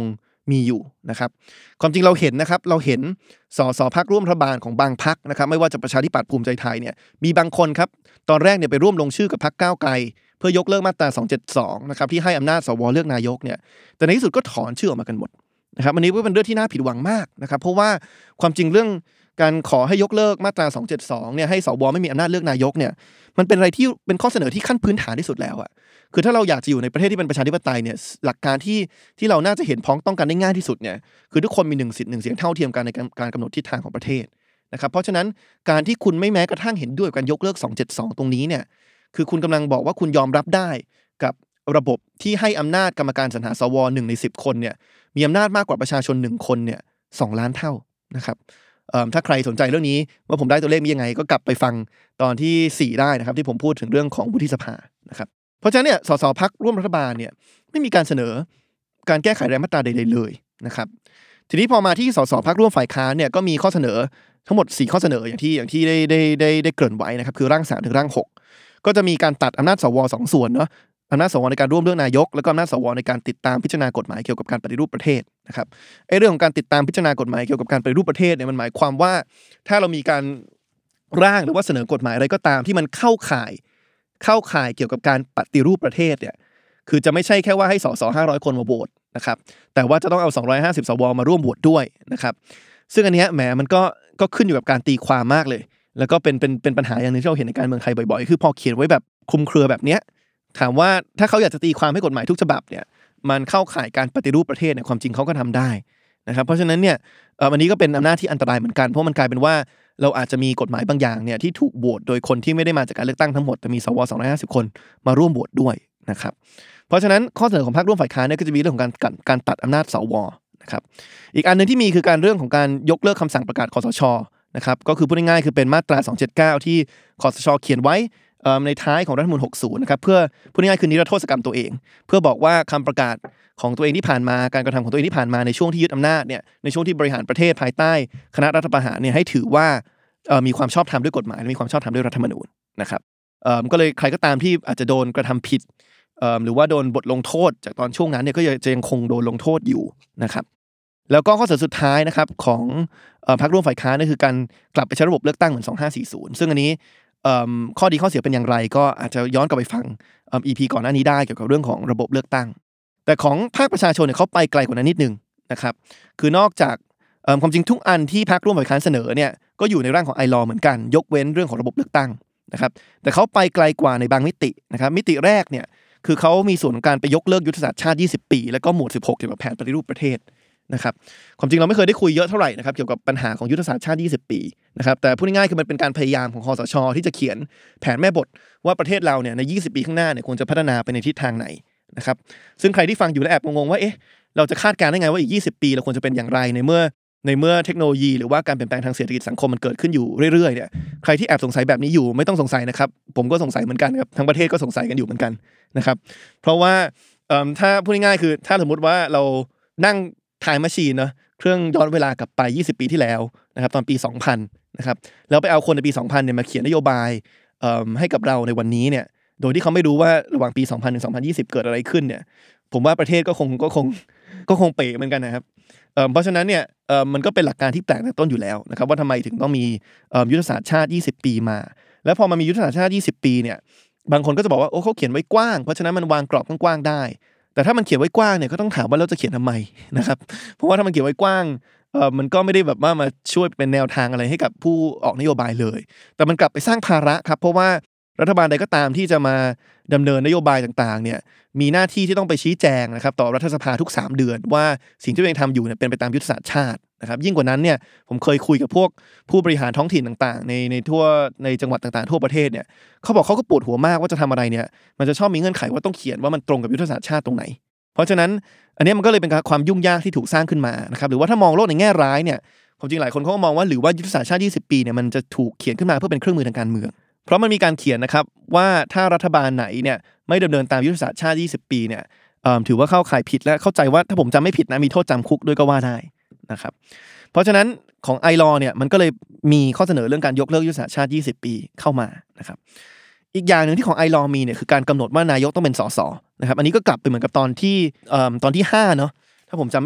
มีอยู่นะครับความจริงเราเห็นนะครับเราเห็นสสพรรคร่วมรัฐบาลของบางพรรคนะครับไม่ว่าจะประชาธิปัตย์ภูมิใจไทยเนี่ยมีบางคนครับตอนแรกเนี่ยไปร่วมลงชื่อกับพรรคก้าวไกลเพื่อยกเลิกมาตรา272นะครับที่ให้อำนาจสวเลือกนายกเนี่ยแต่ในที่สุดก็ถอนชื่อออกมากันหมดนะครับอันนี้ก็เป็นเรื่องที่น่าผิดหวังมากนะครับเพราะว่าความจริงเรื่องการขอให้ยกเลิกมาตรา272เนี่ยให้สวไม่มีอำนาจเลือกนายกเนี่ยมันเป็นอะไรที่เป็นข้อเสนอที่ขั้นพื้นฐานที่สุดแล้วอะคือถ้าเราอยากจะอยู่ในประเทศที่เป็นประชาธิปไตยเนี่ยหลักการที่เราน่าจะเห็นพ้องต้องกันได้ง่ายที่สุดเนี่ยคือทุกคนมี1 สิทธิ์ 1 เสียงเท่าเทียมกันในการกำหนดทิศทางของประเทศนะครับเพราะฉะนั้นการที่คุณไม่แม้กระทั่งเห็นด้วยกับการยกเลิก272ตรงนี้เนี่ยคือคุณกำลังบอกว่าคุณยอมรับได้กับระบบที่ให้อำนาจกรรมการสรรหาสว1 ใน 10 คนเนี่ยมีอำนาจมากกว่าประชาชน1 คนเนี่ย2 ล้านเท่านะครับถ้าใครสนใจเรื่องนี้ว่าผมได้ตัวเลขนี้ยังไงก็กลับไปฟังตอนที่4ได้นะครับที่ผมพูดถึงเรื่องของวุฒิสภานะครับเพราะฉะนั้นเนี่ยสสพรรคร่วมรัฐบาลเนี่ยไม่มีการเสนอการแก้ไขรายมาตราใดๆเลยนะครับทีนี้พอมาที่สสพรรคร่วมฝ่ายค้านเนี่ยก็มีข้อเสนอทั้งหมด4ข้อเสนออย่างที่ได้เกริ่นไว้นะครับคือร่าง3ถึงร่าง6ก็จะมีการตัดอำนาจสว2 ส่วนเนาะอำนาจสวในการร่วมเลือกนายกแล้วก็อำนาจสวในการติดตามพิจารณากฎหมายเกี่ยวกับการปฏิรูปประเทศนะครับเรื่องของการติดตามพิจารณากฎหมายเกี่ยวกับการปฏิรูปประเทศเนี่ยมันหมายความว่าถ้าเรามีการร่างหรือว่าเสนอกฎหมายอะไรก็ตามที่มันเข้าข่ายเกี่ยวกับการปฏิรูปประเทศเนี่ยคือจะไม่ใช่แค่ว่าให้สส500 คนมาโหวตนะครับแต่ว่าจะต้องเอา250 สวมาร่วมโหวตด้วยนะครับซึ่งอันนี้แหมมันก็ขึ้นอยู่กับการตีความมากเลยแล้วก็เป็นปัญหาอย่างนึงที่เราเห็นในการเมืองไทยบ่อยๆคือพอเขียนไว้แบบคลุมเครือแบบเนี้ยถามว่าถ้าเขาอยากจะตีความให้กฎหมายทุกฉบับเนี่ยมันเข้าข่ายการปฏิรูปประเทศเนี่ยความจริงเขาก็ทำได้นะครับเพราะฉะนั้นเนี่ยอันนี้ก็เป็นอำนาจที่อันตรายเหมือนกันเพราะมันกลายเป็นว่าเราอาจจะมีกฎหมายบางอย่างเนี่ยที่ถูกโหวตโดยคนที่ไม่ได้มาจากการเลือกตั้งทั้งหมดแต่มีสว250 คนมาร่วมโหวตด้วยนะครับเพราะฉะนั้นข้อเสนอของพรรคร่วมฝ่ายค้านเนี่ยก็จะมีเรื่องของการตัดอำนาจสวนะครับอีกอันนึงที่มีคือการเรื่องของการยกเลิกคำสั่งประกาศคสช.นะครับก็คือพูดง่ายๆคือเป็นมาตรา279ที่คสช.เขียนไว้ในท้ายของรัฐธรรมนูญ60นะครับเพื่อพูดง่ายๆคือนิรโทษกรรมตัวเองเพื่อบอกว่าคำประกาศของตัวเองที่ผ่านมาการกระทำของตัวเองที่ผ่านมาในช่วงที่ยึดอำนาจเนี่ยในช่วงที่บริหารประเทศภายใต้คณะรัฐประหารเนี่ยให้ถือว่ามีความชอบธรรมด้วยกฎหมายและมีความชอบธรรมด้วยรัฐธรรมนูญนะครับก็เลยใครก็ตามที่อาจจะโดนกระทำผิดหรือว่าโดนบทลงโทษจากตอนช่วงนั้นเนี่ยก็จะยังคงโดนลงโทษอยู่นะครับแล้วก็ข้อเสนอสุดท้ายนะครับของพรรคร่วมฝ่ายค้านนั่นคือการกลับไปใช้ระบบเลือกตั้งเหมือน2540ซึ่งอันนี้ข้อดีข้อเสียเป็นอย่างไรก็อาจจะย้อนกลับไปฟังEP ก่อนหน้านี้ได้เกี่ยวกับเรื่องของระบบเลือกตั้งแต่ของภาคประชาชนเนี่ยเขาไปไกลกว่านั้นนิดนึงนะครับคือนอกจากความจริงทุกอันที่พรรคร่วมฝ่ายค้านเสนอเนี่ยก็อยู่ในร่างของไอลอว์เหมือนกันยกเว้นเรื่องของระบบเลือกตั้งนะครับแต่เขาไปไกลกว่าในบางมิตินะครับมิติแรกเนี่ยคือเขามีส่วนของการไปยกเลิกยุทธศาสตร์ชาติ20 ปีแล้วก็หมวด16เกี่ยวกับแผนปฏิรูปประเทศนะครับความจริงเราไม่เคยได้คุยเยอะเท่าไหร่นะครับเกี่ยวกับปัญหาของยุทธศาสตร์ชาติ20 ปีนะครับแต่พูดง่ายๆคือมันเป็นการพยายามของคสช.ที่จะเขียนแผนแม่บทว่าประเทศเราเนี่ยใน20 ปีข้างหน้าเนี่ยควรจะพัฒนาไปในทิศทางไหนนะครับซึ่งใครที่ฟังอยู่แล้วแอบงงๆว่าเอ๊ะเราจะคาดการณ์ได้ไงว่าอีก20 ปีเราควรจะเป็นอย่างไรในเมื่อเทคโนโลยีหรือว่าการเปลี่ยนแปลงทางเศรษฐกิจสังคมมันเกิดขึ้นอยู่เรื่อยๆเนี่ยใครที่แอบสงสัยแบบนี้อยู่ไม่ต้องสงสัยนะครับผมก็สงสัยเหมือนกันครับทั้งประเทศก็สงสัยกันอยู่เหมือนกันนะครับเพราะว่าถ้าพูดง่ายๆคือถ้าสมมติว่าเรานั่งไทม์แมชชีนเนาะเครื่องย้อนเวลากลับไป20 ปีที่แล้วนะครับตอนปี 2000นะครับแล้วไปเอาคนในปี 2000เนี่ยมาเขียนนโยบายให้กับเราในวันนี้เนี่ยโดยที่เขาไม่รู้ว่าระหว่างปี 2000 ถึง 2020 เกิดอะไรขึ้นเนี่ยผมว่าประเทศก็คงเป๋เหมือนกันนะครับเพราะฉะนั้นเนี่ยมันก็เป็นหลักการที่แปลกตั้งแต่ต้นอยู่แล้วนะครับว่าทำไมถึงต้องมียุทธศาสตร์ชาติ20 ปีมาแล้วพอมันมียุทธศาสตร์ชาติ20 ปีเนี่ยบางคนก็จะบอกว่าโอ้เขาเขียนไว้กว้างเพราะฉะนั้นมันวางกรอบกว้างๆได้แต่ถ้ามันเขียนไว้กว้างเนี่ยก็ต้องถามว่าเราจะเขียนทำไมนะครับเพราะว่าถ้ามันเขียนไว้กว้างมันก็ไม่ได้แบบว่ามาช่วยเป็นแนวทางอะไรให้กับผู้ออกนโยบายเลยแต่มันกลับไปสร้างภาระครับเพราะว่ารัฐบาลใดก็ตามที่จะมาดำเนินนโยบายต่างๆเนี่ยมีหน้าที่ที่ต้องไปชี้แจงนะครับต่อรัฐสภาทุก3 เดือนว่าสิ่งที่ตัวเองทำอยู่เนี่ยเป็นไปตามยุทธศาสตร์ชาตินะครับยิ่งกว่านั้นเนี่ยผมเคยคุยกับพวกผู้บริหารท้องถิ่นต่างๆในจังหวัดต่างๆทั่วประเทศเนี่ยเขาบอกเขาก็ปวดหัวมากว่าจะทำอะไรเนี่ยมันจะชอบมีเงื่อนไขว่าต้องเขียนว่ามันตรงกับยุทธศาสตร์ชาติตรงไหนเพราะฉะนั้นอันนี้มันก็เลยเป็นความยุ่งยากที่ถูกสร้างขึ้นมานะครับหรือว่าถ้ามองโลกในแง่ร้ายเนี่ยความจริงหลายคนเขาก็มองว่าหรือว่ายุทธศาสตร์ชาติ20 ปีเนี่ยมันจะถูกเขียนขึ้นมาเพื่อเป็นเครื่องมือทางการเมืองเพราะมันมีการเขียนนะครับว่าถ้ารัฐบาลไหนเนี่ยไม่ดำเนินตามยุทธศาสตร์ชาติ20 ปีเนี่ยถือว่าเข้าข่ายผิดและเข้าใจว่าถ้าผมจำไม่ผิดนะมีโทษจำคุกด้วยก็ว่าได้นะครับเพราะฉะนั้นของไอลอเนี่ยมันก็เลยมีข้อเสนอเรื่องการยกเลิกยุทธศาสตร์ชาติ20 ปีเข้ามานะครับอีกอย่างหนึ่งที่ของไอลอมีเนี่ยคือการกำหนดว่านายกต้องเป็นสสนะครับอันนี้ก็กลับไปเหมือนกับตอนที่5เนาะถ้าผมจำไม่ผิด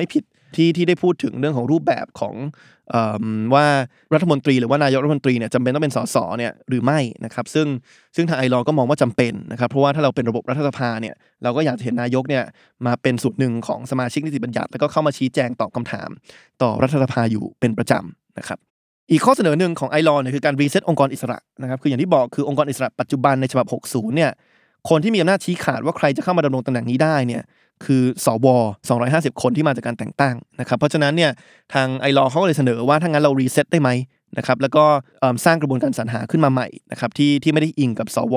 ที่ได้พูดถึงเรื่องของรูปแบบของว่ารัฐมนตรีหรือว่านายกรัฐมนตรีเนี่ยจำเป็นต้องเป็นสสเนี่ยหรือไม่นะครับซึ่งทางไอลอก็มองว่าจำเป็นนะครับเพราะว่าถ้าเราเป็นระบบรัฐสภาเนี่ยเราก็อยากเห็นนายกเนี่ยมาเป็นส่วนหนึ่งของสมาชิกนิติบัญญัติแล้วก็เข้ามาชี้แจงตอบคำถามต่อรัฐสภาอยู่เป็นประจำนะครับอีกข้อเสนอหนึ่งของไอลอเนี่ยคือการรีเซ็ตองค์กรอิสระนะครับคืออย่างที่บอกคือองค์กรอิสระปัจจุบันในฉบับ60เนี่ยคนที่มีอำนาจชี้ขาดว่าใครจะเข้ามาดำรงตำแหน่งนี้ได้เนี่ยคือสว250คนที่มาจากการแต่งตั้งนะครับเพราะฉะนั้นเนี่ยทางไอลอเขาก็เลยเสนอว่าถ้างั้นเรารีเซ็ตได้ไหมนะครับแล้วก็สร้างกระบวนการสรรหาขึ้นมาใหม่นะครับที่ไม่ได้อิงกับสว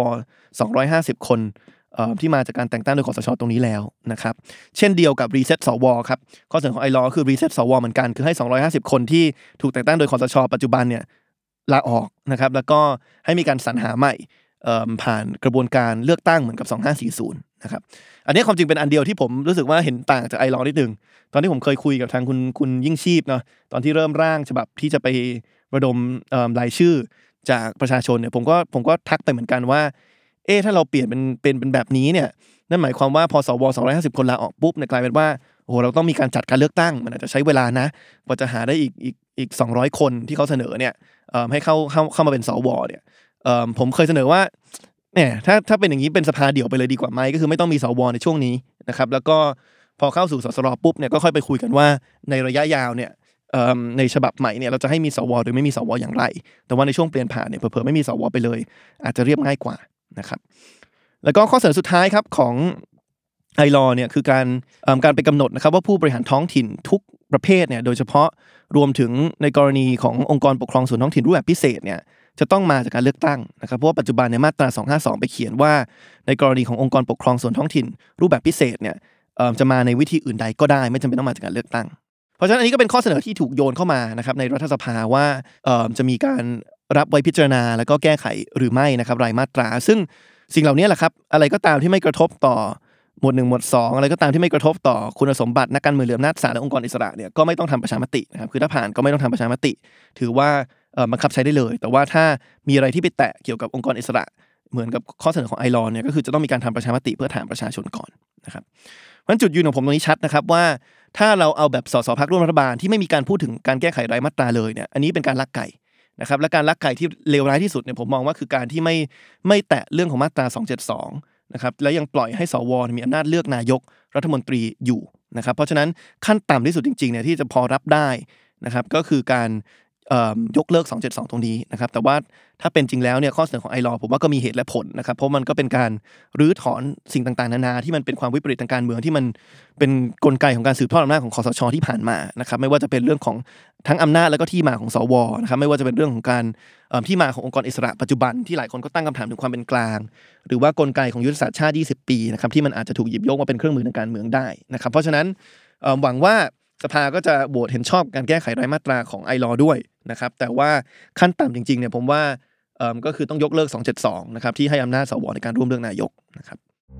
250คนที่มาจากการแต่งตั้งโดยคสช.ตรงนี้แล้วนะครับเช่นเดียวกับรีเซ็ตสวครับข้อเสนอของไอลอคือรีเซ็ตสวเหมือนกันคือให้250คนที่ถูกแต่งตั้งโดยคสช.ปัจจุบันเนี่ยลาออกนะครับแล้วก็ให้มีการสรรหาใหม่ผ่านกระบวนการเลือกตั้งเหมือนกับ2540นะครับอันนี้ความจริงเป็นอันเดียวที่ผมรู้สึกว่าเห็นต่างจากไอลอนิดนึงตอนที่ผมเคยคุยกับทางคุณยิ่งชีพเนาะตอนที่เริ่มร่างฉบับที่จะไประดมรายชื่อจากประชาชนเนี่ยผมก็ทักไปเหมือนกันว่าถ้าเราเปลี่ยนเป็นแบบนี้เนี่ยนั่นหมายความว่าพอสว250คนลาออกปุ๊บเนี่ยกลายเป็นว่าโอ้โหเราต้องมีการจัดการเลือกตั้งมันอาจจะใช้เวลานะกว่าจะหาได้อีก200คนที่เขาเสนอเนี่ยให้เข้ามาเป็นสวเนี่ยผมเคยเสนอว่าเนี่ยถ้าเป็นอย่างนี้เป็นสภาเดี่ยวไปเลยดีกว่าไหมก็คือไม่ต้องมีสวในช่วงนี้นะครับแล้วก็พอเข้าสู่สสรปุ๊บเนี่ยก็ค่อยไปคุยกันว่าในระยะยาวเนี่ยในฉบับใหม่เนี่ยเราจะให้มีสวหรือไม่มีสวอย่างไรแต่ว่าในช่วงเปลี่ยนผ่านเนี่ยเผลอๆไม่มีสวไปเลยอาจจะเรียบง่ายกว่านะครับแล้วก็ข้อเสนอสุดท้ายครับของไอลอเนี่ยคือการไปกำหนดนะครับว่าผู้บริหารท้องถิ่นทุกประเภทเนี่ยโดยเฉพาะรวมถึงในกรณีขององค์กรปกครองส่วนท้องถิ่นรูปแบบพิเศษเนี่ยจะต้องมาจากการเลือกตั้งนะครับเพราะว่าปัจจุบันในมาตรา252ไปเขียนว่าในกรณีขององค์กรปกครองส่วนท้องถิ่นรูปแบบพิเศษเนี่ยจะมาในวิธีอื่นใดก็ได้ไม่จำเป็นต้องมาจากการเลือกตั้งเพราะฉะนั้นอันนี้ก็เป็นข้อเสนอที่ถูกโยนเข้ามานะครับในรัฐสภาว่าจะมีการรับไว้พิจารณาแล้วก็แก้ไขหรือไม่นะครับรายมาตราซึ่งสิ่งเหล่านี้แหละครับอะไรก็ตามที่ไม่กระทบต่อหมวด1หมวด2อะไรก็ตามที่ไม่กระทบต่อคุณสมบัตินักการเมืองหรืออำนาจศาลและองค์กรอิสระเนี่ยก็ไม่ต้องทำประชามตินะครับคือถ้าผ่านก็ไม่ต้องทำประชามติถือว่าบังคับใช้ได้เลยแต่ว่าถ้ามีอะไรที่ไปแตะเกี่ยวกับองค์กรอิสระเหมือนกับข้อเสนอของไอลอเนี่ยก็คือจะต้องมีการทำประชามติเพื่อถามประชาชนก่อนนะครับเพราะฉะนั้นจุดยืนของผมตรงนี้ชัดนะครับว่าถ้าเราเอาแบบสสพรรคร่วมรัฐบาลที่ไม่มีการพูดถึงการแก้ไขรายมาตราเลยเนี่ยอันนี้เป็นการลักไก่นะครับและการลักไก่ที่เลวร้ายที่สุดเนี่ยผมมองว่าคือการที่ไม่แตะเรื่องของมาตรา272นะครับและยังปล่อยให้สวมีอำนาจเลือกนายกรัฐมนตรีอยู่นะครับเพราะฉะนั้นขั้นต่ำที่สุดจริงๆเนี่ยที่จะพอรับได้นะครับก็คือการยกเลิก272ตรงนี้นะครับแต่ว่าถ้าเป็นจริงแล้วเนี่ยข้อเสนอของไอลอผมว่าก็มีเหตุและผลนะครับเพราะมันก็เป็นการรื้อถอนสิ่งต่างๆนานาที่มันเป็นความวิปริตทางการเมืองที่มันเป็นกลไกของการสืบทอดอำนาจของคสช.ที่ผ่านมานะครับไม่ว่าจะเป็นเรื่องของทั้งอำนาจและก็ที่มาของสวนะครับไม่ว่าจะเป็นเรื่องของการที่มาขององค์กรอิสระปัจจุบันที่หลายคนก็ตั้งคำถามถึงความเป็นกลางหรือว่ากลไกของยุทธศาสตร์ชาติ20ปีนะครับที่มันอาจจะถูกหยิบยกมาเป็นเครื่องมือทางการเมืองได้นะครับเพราะฉะนั้นหวังว่าสภาก็จะโหวตเห็นชอบการแก้ไขรายมาตราของไอลอด้วยนะครับแต่ว่าขั้นต่ำจริงๆเนี่ยผมว่าก็คือต้องยกเลิก272นะครับที่ให้อำนาจสวในการร่วมเลือกนายกนะครับ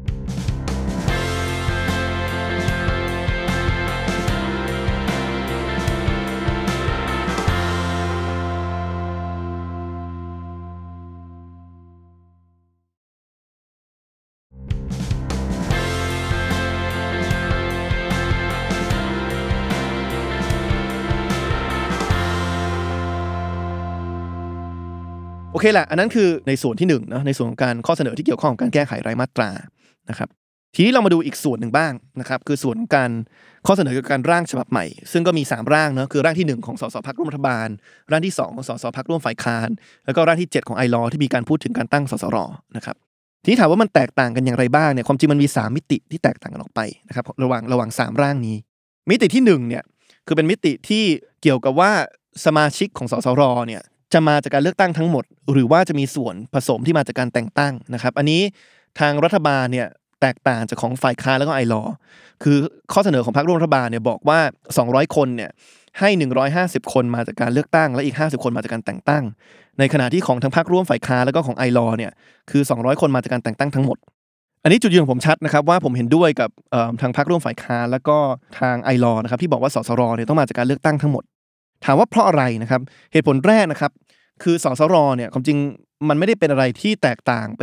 โอเคแหละอันนั้นคือในส่วนที่1นะในส่วนของการข้อเสนอที่เกี่ยวข้องกับการแก้ไขรายมาตรานะครับทีนี้เรามาดูอีกส่วนหนึ่งบ้างนะครับคือส่วนของการข้อเสนอเกี่ยวกับการร่างฉบับใหม่ซึ่งก็มี3ร่างเนาะคือร่างที่1ของสสพรรคร่วมรัฐบาลร่างที่2ของสสพรรคร่วมฝ่ายค้านแล้วก็ร่างที่7ของไอลอที่มีการพูดถึงการตั้งสสรนะครับทีนี้ถามว่ามันแตกต่างกันอย่างไรบ้างเนี่ยความจริงมันมี3มิติที่แตกต่างกันออกไปนะครับระหว่าง3ร่างนี้มิติที่1เนี่ยคือเป็นมิติที่เกี่ยวกับว่าสมาชิกของสสรเนี่ยจะมาจากการเลือกตั้งทั้งหมดหรือว่าจะมีส่วนผสมที่มาจากการแต่งตั้งนะครับอันนี้ทางรัฐบาลเนี่ยแตกต่างจากของฝ่ายค้านแล้วก็ไอลอคือข้อเสนอของพรรคร่วมรัฐบาลเนี่ยบอกว่า200คนเนี่ยให้150คนมาจากการเลือกตั้งและอีก50คนมาจากการแต่งตั้งในขณะที่ของทั้งพรรคร่วมฝ่ายค้านแล้วก็ของไอลอเนี่ยคือ200คนมาจากการแต่งตั้งทั้งหมดอันนี้จุดยืนของผมชัดนะครับว่าผมเห็นด้วยกับทางพรรคร่วมฝ่ายค้านแล้วก็ทางไอลอนะครับที่บอกว่าสสรเนี่ยต้องมาจากการเลือกตั้งทั้งหมดถามว่าเพราะอะไรนะครับเหตุผลแรกนะครับคือสสรเนี่ยความจริงมันไม่ได้เป็นอะไรที่แตกต่างไปจาก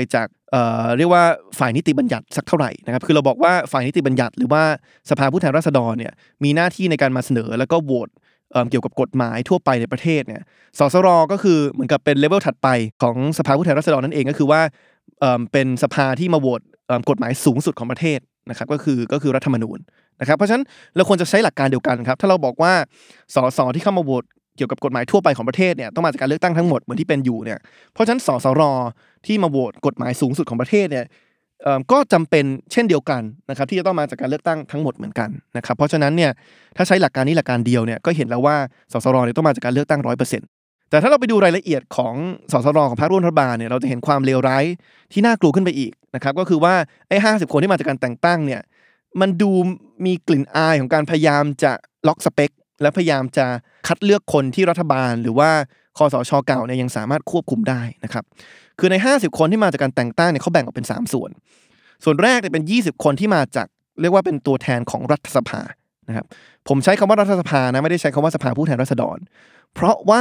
เรียกว่าฝ่ายนิติบัญญัติสักเท่าไหร่นะครับคือเราบอกว่าฝ่ายนิติบัญญัติหรือว่าสภาผู้แทนราษฎรเนี่ยมีหน้าที่ในการมาเสนอแล้วก็โหวตเกี่ยวกับกฎหมายทั่วไปในประเทศเนี่ยสสรก็คือเหมือนกับเป็นเลเวลถัดไปของสภาผู้แทนราษฎรนั่นเองก็คือว่าเป็นสภาที่มาโหวตกฎหมายสูงสุดของประเทศนะครับก็คือรัฐธรรมนูญนะครับเพราะฉะนั้นเราควรจะใช้หลักการเดียวกันครับถ้าเราบอกว่าสสที่เข้ามาโหวตเกี่ยวกับกฎหมายทั่วไปของประเทศเนี่ยต้องมาจากการเลือกตั้งทั้งหมดเหมือนที่เป็นอยู่เนี่ยเพราะฉะนั้นสสรที่มาโหวตกฎหมายสูงสุดของประเทศเนี่ยก็จำเป็นเช่นเดียวกันนะครับที่จะต้องมาจากการเลือกตั้งทั้งหมดเหมือนกันนะครับเพราะฉะนั้นเนี่ยถ้าใช้หลักการนี้หลักการเดียวเนี่ยก็เห็นแล้วว่าสสรเนี่ยต้องมาจากการเลือกตั้ง 100% แต่ถ้าเราไปดูรายละเอียดของสสรของพรรคร่วมรัฐบาลเนี่ยเราจะเห็นความเลวร้ายที่น่ากลัวขึ้นไปอีกนะครับก็คือว่าไอ้50 คนที่มาจากการแต่งตั้งเนี่ยมันดูมีกลิ่นอายของการพยายามจะล็อกสเปคและพยายามจะคัดเลือกคนที่รัฐบาลหรือว่าคสช.เก่าเนี่ยยังสามารถควบคุมได้นะครับคือใน50 คนที่มาจากการแต่งตั้งเนี่ยเขาแบ่งออกเป็น3ส่วนแรกเนี่ยเป็น20 คนที่มาจากเรียกว่าเป็นตัวแทนของรัฐสภานะครับผมใช้คำว่ารัฐสภานะไม่ได้ใช้คำว่าสภาผู้แทนราษฎรเพราะว่า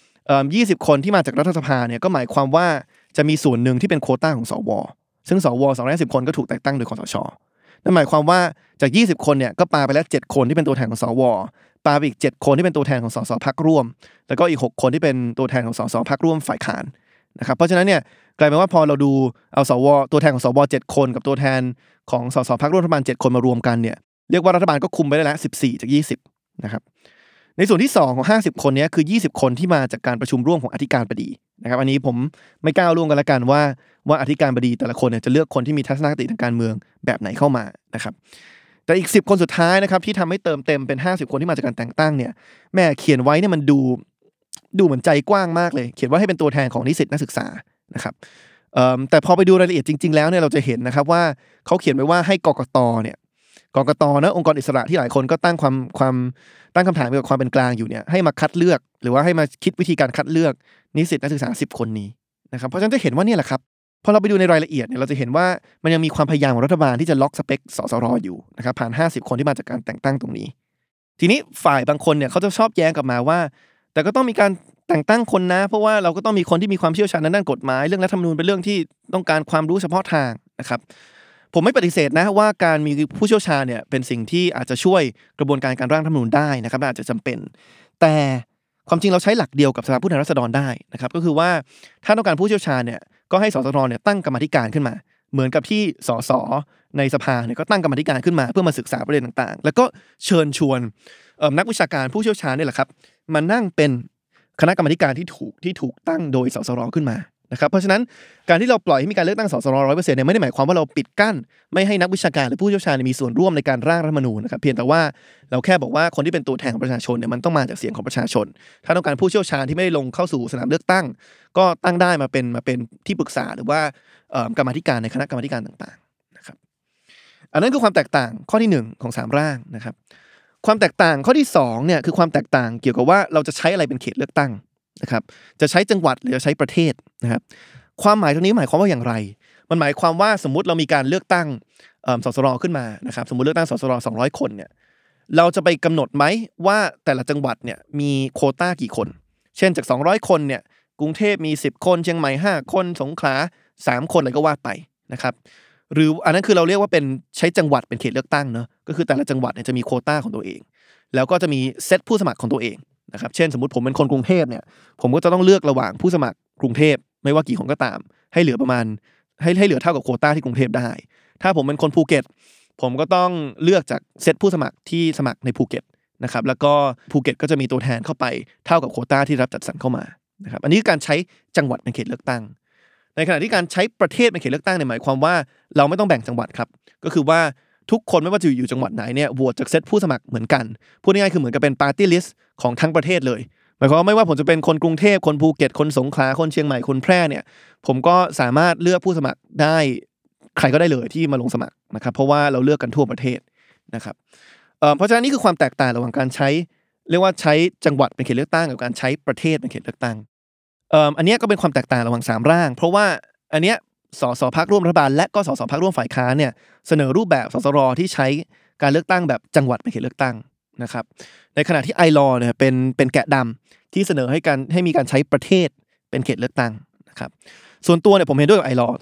20 คนที่มาจากรัฐสภาเนี่ยก็หมายความว่าจะมีส่วนหนึ่งที่เป็นโควต้าของสวซึ่งสว250 คนก็ถูกแต่งตั้งโดยคสช.นั่นหมายความว่าจาก20 คนเนี่ยก็ปาไปแล้ว7 คนที่เป็นตัวแทนของสวปาไปอีก7 คนที่เป็นตัวแทนของสสพรรคร่วมแล้วก็อีก6 คนที่เป็นตัวแทนของสสพรรคร่วมฝ่ายค้านนะครับเพราะฉะนั้นเนี่ยกลายเป็นว่าพอเราดูเอาสวตัวแทนของสว7 คนกับตัวแทนของสสพรรคร่วมรัฐบาล7 คนมารวมกันเนี่ยเรียกว่ารัฐบาลก็คุมไปได้แล้ว14 จาก 20นะครับในส่วนที่2ของ50 คนนี้คือ20 คนที่มาจากการประชุมร่วมของอธิการบดีนะครับอันนี้ผมไม่ก้าวล่วงกันละกันว่าอธิการบดีแต่ละคนเนี่ยจะเลือกคนที่มีทัศนคติทางการเมืองแบบไหนเข้ามานะครับแต่อีก10 คนสุดท้ายนะครับที่ทำให้เติมเต็มเป็น50 คนที่มาจากการแต่งตั้งเนี่ยแม่เขียนไว้เนี่ยมันดูเหมือนใจกว้างมากเลยเขียนว่าให้เป็นตัวแทนของนิสิตนักศึกษานะครับแต่พอไปดูรายละเอียดจริงๆแล้วเนี่ยเราจะเห็นนะครับว่าเขาเขียนไว้ว่าให้กกตเนี่ยกกตนะองค์กรอิสระที่หลายคนก็ตั้งคำถามเกี่ยวกับความเป็นกลางอยู่เนี่ยให้มาคัดเลือกหรือว่าให้มาคิดวิธีการคัดเลือกนิสิตนักศึกษา10 คนนี้นะครับเพราะฉะนั้นจะเห็นว่าเนี่ยแหละครับพอเราไปดูในรายละเอียดเนี่ยเราจะเห็นว่ามันยังมีความพยายามของรัฐบาลที่จะล็อกสเปคสสรอยู่นะครับผ่าน50 คนที่มาจากการแต่งตั้งตรงนี้ทีนี้ฝ่ายบางคนเนี่ยเขาจะชอบแย้งกลับมาว่าแต่ก็ต้องมีการแต่งตั้งคนนะเพราะว่าเราก็ต้องมีคนที่มีความเชี่ยวชาญด้านกฎหมายเรื่องรัฐธรรมนูญเป็นเรื่องที่ต้องการความรู้เฉพาะทางนะครับผมไม่ปฏิเสธนะว่าการมีผู้เชี่ยวชาญเนี่ยเป็นสิ่งที่อาจจะช่วยกระบวนการร่างรัฐธรรมนูญได้นะครับอาจจะจำเป็นแต่ความจริงเราใช้หลักเดียวกับสภาผู้แทนราษฎรได้นะครับก็คือว่าถ้าต้องการผู้เชี่ยวชาญเนี่ยก็ให้สสรเนี่ยตั้งกรรมาธิการขึ้นมาเหมือนกับที่สสในสภาเนี่ยก็ตั้งกรรมาธิการขึ้นมาเพื่อมาศึกษาประเด็นต่างๆแล้วก็เชิญชวนนักวิชาการผู้เชี่ยวชาญนี่แหละครับมานั่งเป็นคณะกรรมาธิการที่ถูกตั้งโดยสสรขึ้นมานะครับเพราะฉะนั้นการที่เราปล่อยให้มีการเลือกตั้งสสร 100% เนี่ยไม่ได้หมายความว่าเราปิดกั้นไม่ให้นักวิชาการหรือผู้เชี่ยวชาญมีส่วนร่วมในการร่างรัฐธรรมนูญนะครับเพียงแต่ว่าเราแค่บอกว่าคนที่เป็นตัวแทนของประชาชนเนี่ยมันต้องมาจากเสียงของประชาชนถ้าต้องการผู้เชี่ยวชาญที่ไม่ได้ลงเข้าสู่สนามเลือกตั้งก็ตั้งได้มาเป็นที่ปรึกษาหรือว่ากรรมาธิการในคณะกรรมาธิการต่างๆนะครับอันนั้นคือความแตกต่างข้อที่1ของ3ร่างนะครับความแตกต่างข้อที่2เนี่ยคือความแตกต่างเกี่ยวกับว่าเราจะใช้อะไรเป็นเขตเลือกตั้งนะครับจะใช้จังหวัดหรือจะใช้ประเทศนะครับความหมายตรงนี้หมายความว่าอย่างไรมันหมายความว่าสมมุติเรามีการเลือกตั้งสสรขึ้นมานะครับสมมุติเลือกตั้งสสร200 คนเนี่ยเราจะไปกำหนดไหมว่าแต่ละจังหวัดเนี่ยมีโควต้ากี่คนเช่นจาก200 คนเนี่ยกรุงเทพมี10 คนเชียงใหม่5 คนสงขลา3 คนอะไรก็ว่าไปนะครับหรืออันนั้นคือเราเรียกว่าเป็นใช้จังหวัดเป็นเขตเลือกตั้งเนาะก็คือแต่ละจังหวัดเนี่ยจะมีโควต้าของตัวเองแล้วก็จะมีเซตผู้สมัครของตัวเองนะครับเช่นสมมุติผมเป็นคนกรุงเทพเนี่ยผมก็จะต้องเลือกระหว่างผู้สมัครกรุงเทพไม่ว่ากี่คนก็ตามให้เหลือประมาณให้เหลือเท่ากับโควต้าที่กรุงเทพได้ถ้าผมเป็นคนภูเก็ตผมก็ต้องเลือกจากเซตผู้สมัครที่สมัครในภูเก็ตนะครับแล้วก็ภูเก็ตก็จะมีตัวแทนเข้าไปเท่ากับโควต้าที่รับจัดสรรเข้ามานะครับอันนี้คือการใช้จังหวัดเป็นเขตเลือกตั้งในขณะที่การใช้ประเทศเป็นเขตเลือกตั้งเนี่ยหมายความว่าเราไม่ต้องแบ่งจังหวัดครับก็คือว่าทุกคนไม่ว่าจะอยู่จังหวัดไหนเนี่ยโหวตจากเซตผู้สมัครเหมือนกันพูดง่ายๆคือเหมือนกับเป็นปาร์ตี้ลิสต์ของทั้งประเทศเลยหมายความว่าไม่ว่าผมจะเป็นคนกรุงเทพคนภูเก็ตคนสงขลาคนเชียงใหม่คนแพร่เนี่ยผมก็สามารถเลือกผู้สมัครได้ใครก็ได้เลยที่มาลงสมัครนะครับเพราะว่าเราเลือกกันทั่วประเทศนะครับเพราะฉะนั้นนี่คือความแตกต่างระหว่างการใช้เรียกว่าใช้จังหวัดเป็นเขตเลือกตั้งกับการใช้ประเทศเป็นเขตเลือกตั้งอันนี้ก็เป็นความแตกต่างระหว่าง3ร่างเพราะว่าอันเนี้ยสสพรรคร่วมรัฐบาลและก็สสพรรคร่วมฝ่ายค้านเนี่ยเสนอรูปแบบสสรที่ใช้การเลือกตั้งแบบจังหวัดเป็นเขตเลือกตั้งนะครับในขณะที่ไอลอเนี่ยเป็นแกะดำที่เสนอให้มีการใช้ประเทศเป็นเขตเลือกตั้งนะครับส่วนตัวเนี่ยผมเห็นด้วยกับไอลอตรงนี้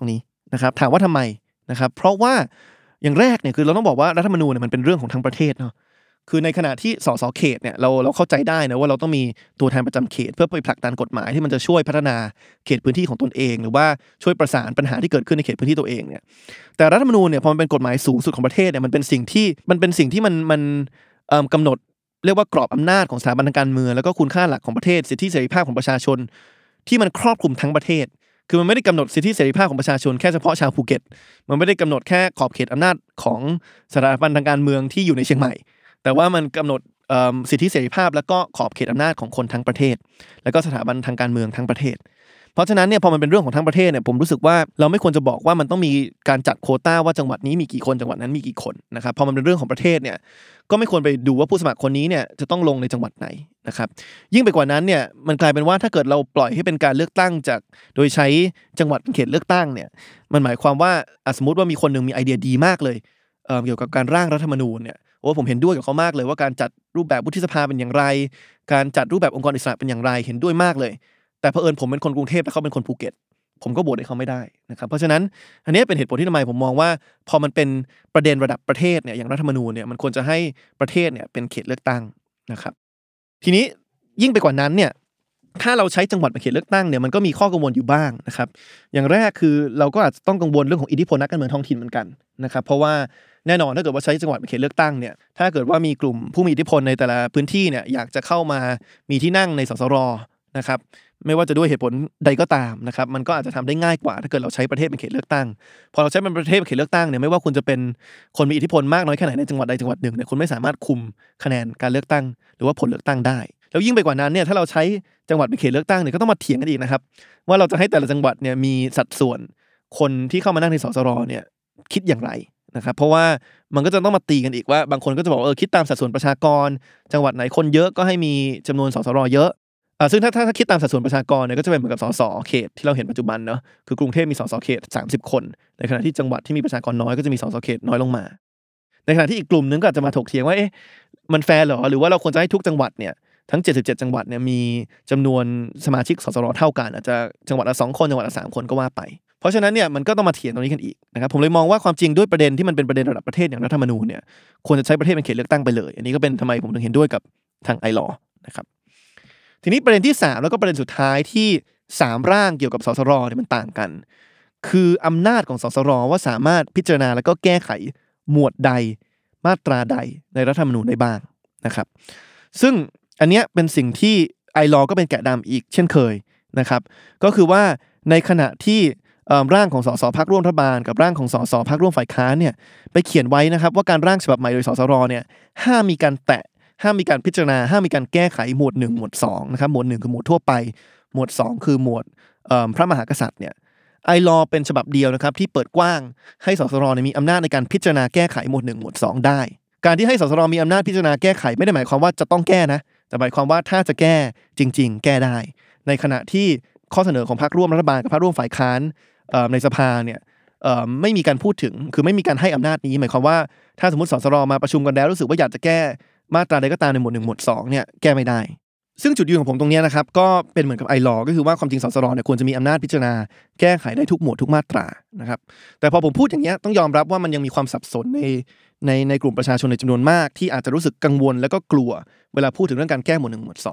นะครับถามว่าทำไมนะครับเพราะว่าอย่างแรกเนี่ยคือเราต้องบอกว่ารัฐธรรมนูญเนี่ยมันเป็นเรื่องของทั้งประเทศเนาะคือในขณะที่สสเขตเนี่ยเราเข้าใจได้นะว่าเราต้องมีตัวแทนประจำเขตเพื่อไปผลักดันกฎหมายที่มันจะช่วยพัฒนาเขตพื้นที่ของตนเองหรือว่าช่วยประสานปัญหาที่เกิดขึ้นในเขตพื้นที่ตัวเองเนี่ยแต่รัฐธรรมนูญเนี่ยพอมันเป็นกฎหมายสูงสุดของประเทศเนี่ยมันเป็นสิ่งที่มันกำหนดเรียกว่ากรอบอำนาจของสถาบันทางการเมืองแล้วก็คุณค่าหลักของประเทศสิทธิเสรีภาพของประชาชนที่มันครอบคลุมทั้งประเทศคือมันไม่ได้กำหนดสิทธิเสรีภาพของประชาชนแค่เฉพาะชาวภูเก็ตมันไม่ได้กำหนดแค่ขอบเขตอำนาจของสถาบันทางการเมืองที่อยู่ในเชียงใหม่แต่ว่ามันกำหนดสิทธิเสรีภาพแล้วก็ขอบเขตอำนาจของคนทั้งประเทศแล้วก็สถาบันทางการเมืองทั้งประเทศเพราะฉะนั้นเนี่ยพอมันเป็นเรื่องของทั้งประเทศเนี่ยผมรู้สึกว่าเราไม่ควรจะบอกว่ามันต้องมีการจัดโควต้าว่าจังหวัดนี้มีกี่คนจังหวัดนั้นมีกี่คนนะครับพอมันเป็นเรื่องของประเทศเนี่ยก็ไม่ควรไปดูว่าผู้สมัครคนนี้เนี่ยจะต้องลงในจังหวัดไหนนะครับยิ่งไปกว่านั้นเนี่ยมันกลายเป็นว่าถ้าเกิดเราปล่อยให้เป็นการเลือกตั้งจากโดยใช้จังหวัดเป็นเขตเลือกตั้งเนี่ยมันหมายความว่าสมมติว่ามีคนนึงมีไอเดียดีมากเลยเกี่ยวกับการร่างรัฐธรรมนูญเนี่ยโอ้ผมเห็นด้วยกับเขามากเลยว่าการจัดรูปแบบวุฒิสภาเป็นอย่างไรการจัดรูปแบบองค์กรอิสระเป็นอย่างไรเห็นด้วยมากเลยแต่เผอิญผมเป็นคนกรุงเทพและเขาเป็นคนภูเก็ตผมก็โหวตให้เขาไม่ได้นะครับเพราะฉะนั้นอันนี้เป็นเหตุผลที่ทำไมผมมองว่าพอมันเป็นประเด็นระดับประเทศเนี่ยอย่างรัฐธรรมนูญเนี่ยมันควรจะให้ประเทศเนี่ยเป็นเขตเลือกตั้งนะครับทีนี้ยิ่งไปกว่านั้นเนี่ยถ้าเราใช้จังหวัดเป็นเขตเลือกตั้งเนี่ยมันก็มีข้อกังวลอยู่บ้างนะครับอย่างแรกคือเราก็อาจจะต้องกังวลเรื่องของอิทธิพลนักการเมืองท้องถิ่นเหมือนกันนะครับเพราะว่าแน่นอนถ้าเกิดว่าใช้จังหวัดเป็นเขตเลือกตั้งเนี่ยถ้าเกิดว่ามีกลุ่มผู้มีอิทธิพลในแต่ละพื้นที่เนี่ยอยากจะเข้ามามีที่นั่งในสสรนะครับไม่ว่าจะด้วยเหตุผลใดก็ตามนะครับมันก็อาจจะทำได้ง่ายกว่าถ้าเกิดเราใช้ประเทศเป็นเขตเลือกตั้งพอเราใช้เป็นประเทศเป็นเขตเลือกตั้งเนี่ยไม่ว่าคุณจะเป็นคนมีอิทธิพลมากน้อยแค่ไหนในจังหวัดใดจังหวัดหนึ่งเนี่ยคุณไม่สามารถคุมคะแนนการเลือกตั้งหรือว่าผลเลือกตั้งได้แล้วยิ่งไปกว่านั้นเนี่ยถ้าเราใช้จังหวัดเป็นเขตเลือกตั้งเนี่ยก็ต้องมาเถียงกันอีกนะครับว่าเราจะให้แต่ละจังหวัดเนี่ยมีสัดส่วนคนที่เข้ามานั่งในสสรเนี่ยคิดอย่างไรนะครับเพราะว่ามันก็จะต้องมาตีกันอีกว่าบางคนก็จะบอกคิดตามสัดส่วนประชากรจังหวัดไหนคนเยอะก็ให้มีจำนวนสสรเยอะซึ่งถ้าคิดตามสัดส่วนประชากรเนี่ยก็จะเป็นเหมือนกับสสเขตที่เราเห็นปัจจุบันเนาะคือกรุงเทพมีสสเขต30คนในขณะที่จังหวัดที่มีประชากรน้อยก็จะมีสสเขตน้อยลงมาในขณะที่อีกกลุ่มนึงก็อาจจะมาถกเถียงว่ามันแฟร์เหรอหรือว่าเราควรจะให้ทุกจังหวัดเนี่ยทั้ง77จังหวัดเนี่ยมีจำนวนสมาชิกสสรเท่ากันอาจจะจังหวัดละ2คนจังหวัดละ3คนก็ว่าไปเพราะฉะนั้นเนี่ยมันก็ต้องมาเถียงตรงนี้กันอีกนะครับผมเลยมองว่าความจริงด้วยประเด็นที่มันเป็นประเด็นระดับประเทศอย่างรัฐธรรมนูญเนี่ยควรจะใช้ประเทศเป็นเขตเลือกตั้งไปเลยอันนี้ก็เป็นทำไมผมถึงเห็นด้วยกับทางไอลอนะครับทีนี้ประเด็นที่3แล้วก็ประเด็นสุดท้ายที่3ร่างเกี่ยวกับสสรเนี่ยมันต่างกันคืออำนาจของสสรว่าสามารถพิจารณาแล้วก็แก้ไขหมวดใดมาตราใดในรัฐธรรมนูญได้บ้างนะครับซึ่งอันเนี้ยเป็นสิ่งที่ไอลอก็เป็นแกะดำอีกเช่นเคยนะครับก็คือว่าในขณะที่ร่างของสสพรรคร่วมรัฐบาลกับร่างของสสพรรคร่วมฝ่ายค้านเนี่ยไปเขียนไว้นะครับว่าการร่างฉบับใหม่โดยสสรเนี่ยห้ามมีการแตะห้ามมีการพิจารณาห้ามมีการแก้ไขหมวด1หมวด2นะครับหมวด1คือหมวดทั่วไปหมวด2คือหมวดพระมหากษัตริย์เนี่ยไอลอเป็นฉบับเดียวนะครับที่เปิดกว้างให้สสรมีอำนาจในการพิจารณาแก้ไขหมวด1หมวด2ได้การที่ให้สสรมีอำนาจพิจารณาแก้ไขไม่ได้หมายความว่าจะต้องแก้นะแต่หมายความว่าถ้าจะแก้จริงๆแก้ได้ในขณะที่ข้อเสนอของพรรคร่วมรัฐบาลกับพรรคร่วมฝ่ายค้านในสภาเนี่ยไม่มีการพูดถึงคือไม่มีการให้อำนาจนี้หมายความว่าถ้าสมมติสสรมาประชุมกันแล้วรู้สึกว่าอยากจะแก้มาตราใดก็ตามในหมวด1หมวด2เนี่ยแก้ไม่ได้ซึ่งจุดยืนของผมตรงนี้นะครับก็เป็นเหมือนกับไอลอก็คือว่าความจริงสสรเนี่ยควรจะมีอำนาจพิจารณาแก้ไขได้ทุกหมวดทุกมาตรานะครับแต่พอผมพูดอย่างเงี้ยต้องยอมรับว่ามันยังมีความสับสนในกลุ่มประชาชนในจำนวนมากที่อาจจะรู้สึกกังวลแล้วก็กลัวเวลาพูดถึงเรื่องการแก้หมวด1หมวด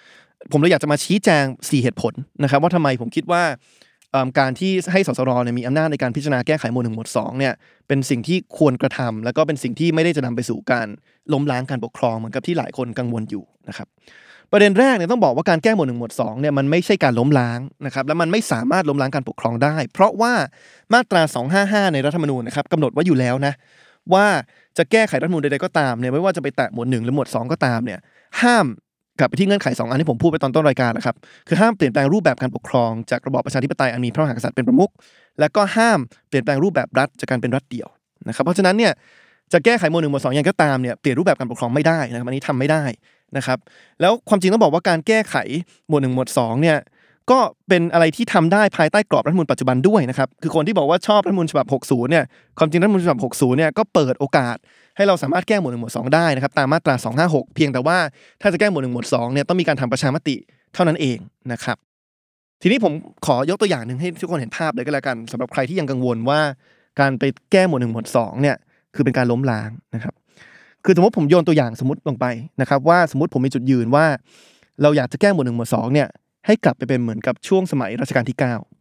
2ผมเลยอยากจะมาชี้แจง4เหตุผลนะครับว่าทำไมผมคิดว่าการที่ให้สสรเนี่ยมีอำนาจในการพิจารณาแก้ไขหมวด1หมวด2เนี่ยเป็นสิ่งที่ควรกระทำแล้วก็เป็นสิ่งที่ไม่ได้จะนำไปสู่การล้มล้างการปกครองเหมือนกับที่หลายคนกังวลอยู่นะครับประเด็นแรกเนี่ยต้องบอกว่าการแก้หมวด1หมวด2เนี่ยมันไม่ใช่การล้มล้างนะครับและมันไม่สามารถล้มล้างการปกครองได้เพราะว่ามาตรา255ในรัฐธรรมนูญนะครับกำหนดไว้อยู่แล้วนะว่าจะแก้ไขรัฐธรรมนูญใดๆก็ตามเนี่ยไม่ว่าจะไปแตะหมวด1หรือหมวด2ก็ตามเนี่ยห้ามกลับไปที่เงื่อนไข2อันที่ผมพูดไปตอนต้นรายการนะครับคือห้ามเปลี่ยนแปลงรูปแบบการปกครองจากระบอบประชาธิปไตยอันมีพระมหากษัตริย์เป็นประมุขและก็ห้ามเปลี่ยนแปลงรูปแบบรัฐจากการเป็นรัฐเดี่ยวนะครับเพราะฉะนั้นเนี่ยจะแก้ไขหมวด1หมวด2ยังก็ตามเนี่ยเปลี่ยนรูปแบบการปกครองไม่ได้นะครับอันนี้ทำไม่ได้นะครับแล้วความจริงต้องบอกว่าการแก้ไขหมวด1หมวด2เนี่ยก็เป็นอะไรที่ทำได้ภายใต้กรอบรัฐธรรมนูญปัจจุบันด้วยนะครับคือคนที่บอกว่าชอบรัฐธรรมนูญฉบับ60เนี่ยความจริงรัฐธรรมนูญฉบับ60เนี่ยก็เปิดโอกาสให้เราสามารถแก้หมวด1หมวด2ได้นะครับตามมาตรา256เพียงแต่ว่าถ้าจะแก้หมวด1หมวด2เนี่ยต้องมีการทำประชามติเท่านั้นเองนะครับทีนี้ผมขอยกตัวอย่างนึงให้ทุกคนเห็นภาพเลยก็แล้วกันสำหรับใครที่ยังกังวลว่าการไปแก้หมวด1หมวด2เนี่ยคือเป็นการล้มล้างนะครับคือสมมติผมโยนตัวอย่างสมมติลงไปนะครับว่าสมมติผมมีจุดยืนว่าเราอยากจะแก้หมวด1หมวด2เนี่ยให้กลับไปเป็นเหมือนกับช่วงสมัยรัชกาลที่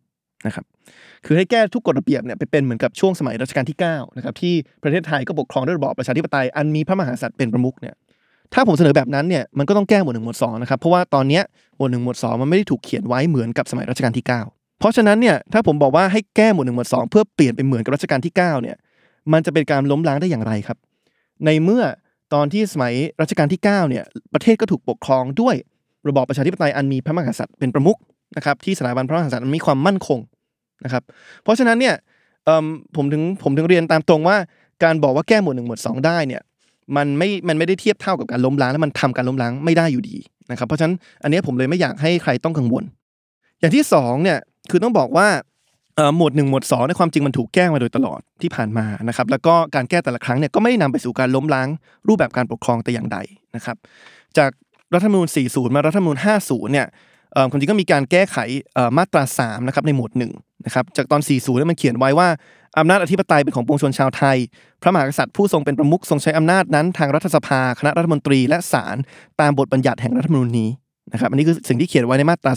9นะครับคือให้แก้ทุกกฎระเบียบเนี่ยไปเป็นเหมือนกับช่วงสมัยรัชกาลที่9นะครับที่ประเทศไทยก็ปกครองด้วยระบอบประชาธิปไตยอันมีพระมหากษัตริย์เป็นประมุขเนี่ยถ้าผมเสนอแบบนั้นเนี่ยมันก็ต้องแก้หมวด1หมวด2นะครับเพราะว่าตอนเนี้ยหมวด1หมวด2มันไม่ได้ถูกเขียนไว้เหมือนกับสมัยรัชกาลที่9เพราะฉะนั้นเนี่ยถ้าผมบอกว่าให้แก้หมวด1หมวด2เพื่อเปลี่ยนเป็นเหมือนกับรัชกาลที่9เนี่ยมันจะเป็นการล้มล้างได้อย่างไรครับในเมื่อตอนที่สมัยรัชกาลที่9เนี่ยประเทศก็ถูกปกครองด้วยระบอบประชาธิปไตยอันมีพระมหากษัตริย์เป็นประมุขนะครับที่สถาบันพระมหากษัตริย์มีความมั่นคงนะครับเพราะฉะนั้นเนี่ยผมถึงเรียนตามตรงว่าการบอกว่าแก้หมวด1หมวด2ได้เนี่ยมันไม่ได้เทียบเท่ากับการล้มล้างและมันทำการล้มล้างไม่ได้อยู่ดีนะครับเพราะฉะนั้นอันนี้ผมเลยไม่อยากให้ใครต้องกังวลอย่างที่2เนี่ยคือต้องบอกว่าหมวด1หมวด2ในความจริงมันถูกแก้มาโดยตลอดที่ผ่านมานะครับแล้วก็การแก้แต่ละครั้งเนี่ยก็ไม่ได้นำไปสู่การล้มล้างรูปแบบการปกครองแต่อย่างใดนะครับจากรัฐธรรมนูญ40มารัฐธรรมนูญ50เนี่ยความจริงก็มีการแก้ไขมาตรา3นะครับในหมวด1นะครับจากตอน40เนี่ยมันเขียนไว้ว่าอำนาจอธิปไตยเป็นของปวงชนชาวไทยพระมหากษัตริย์ผู้ทรงเป็นประมุขทรงใช้อำนาจนั้นทางรัฐสภาคณะรัฐมนตรีและศาลตามบทบัญญัติแห่งรัฐธรรมนูญนี้นะครับอันนี้คือสิ่งที่เขียนไว้ในมาตรา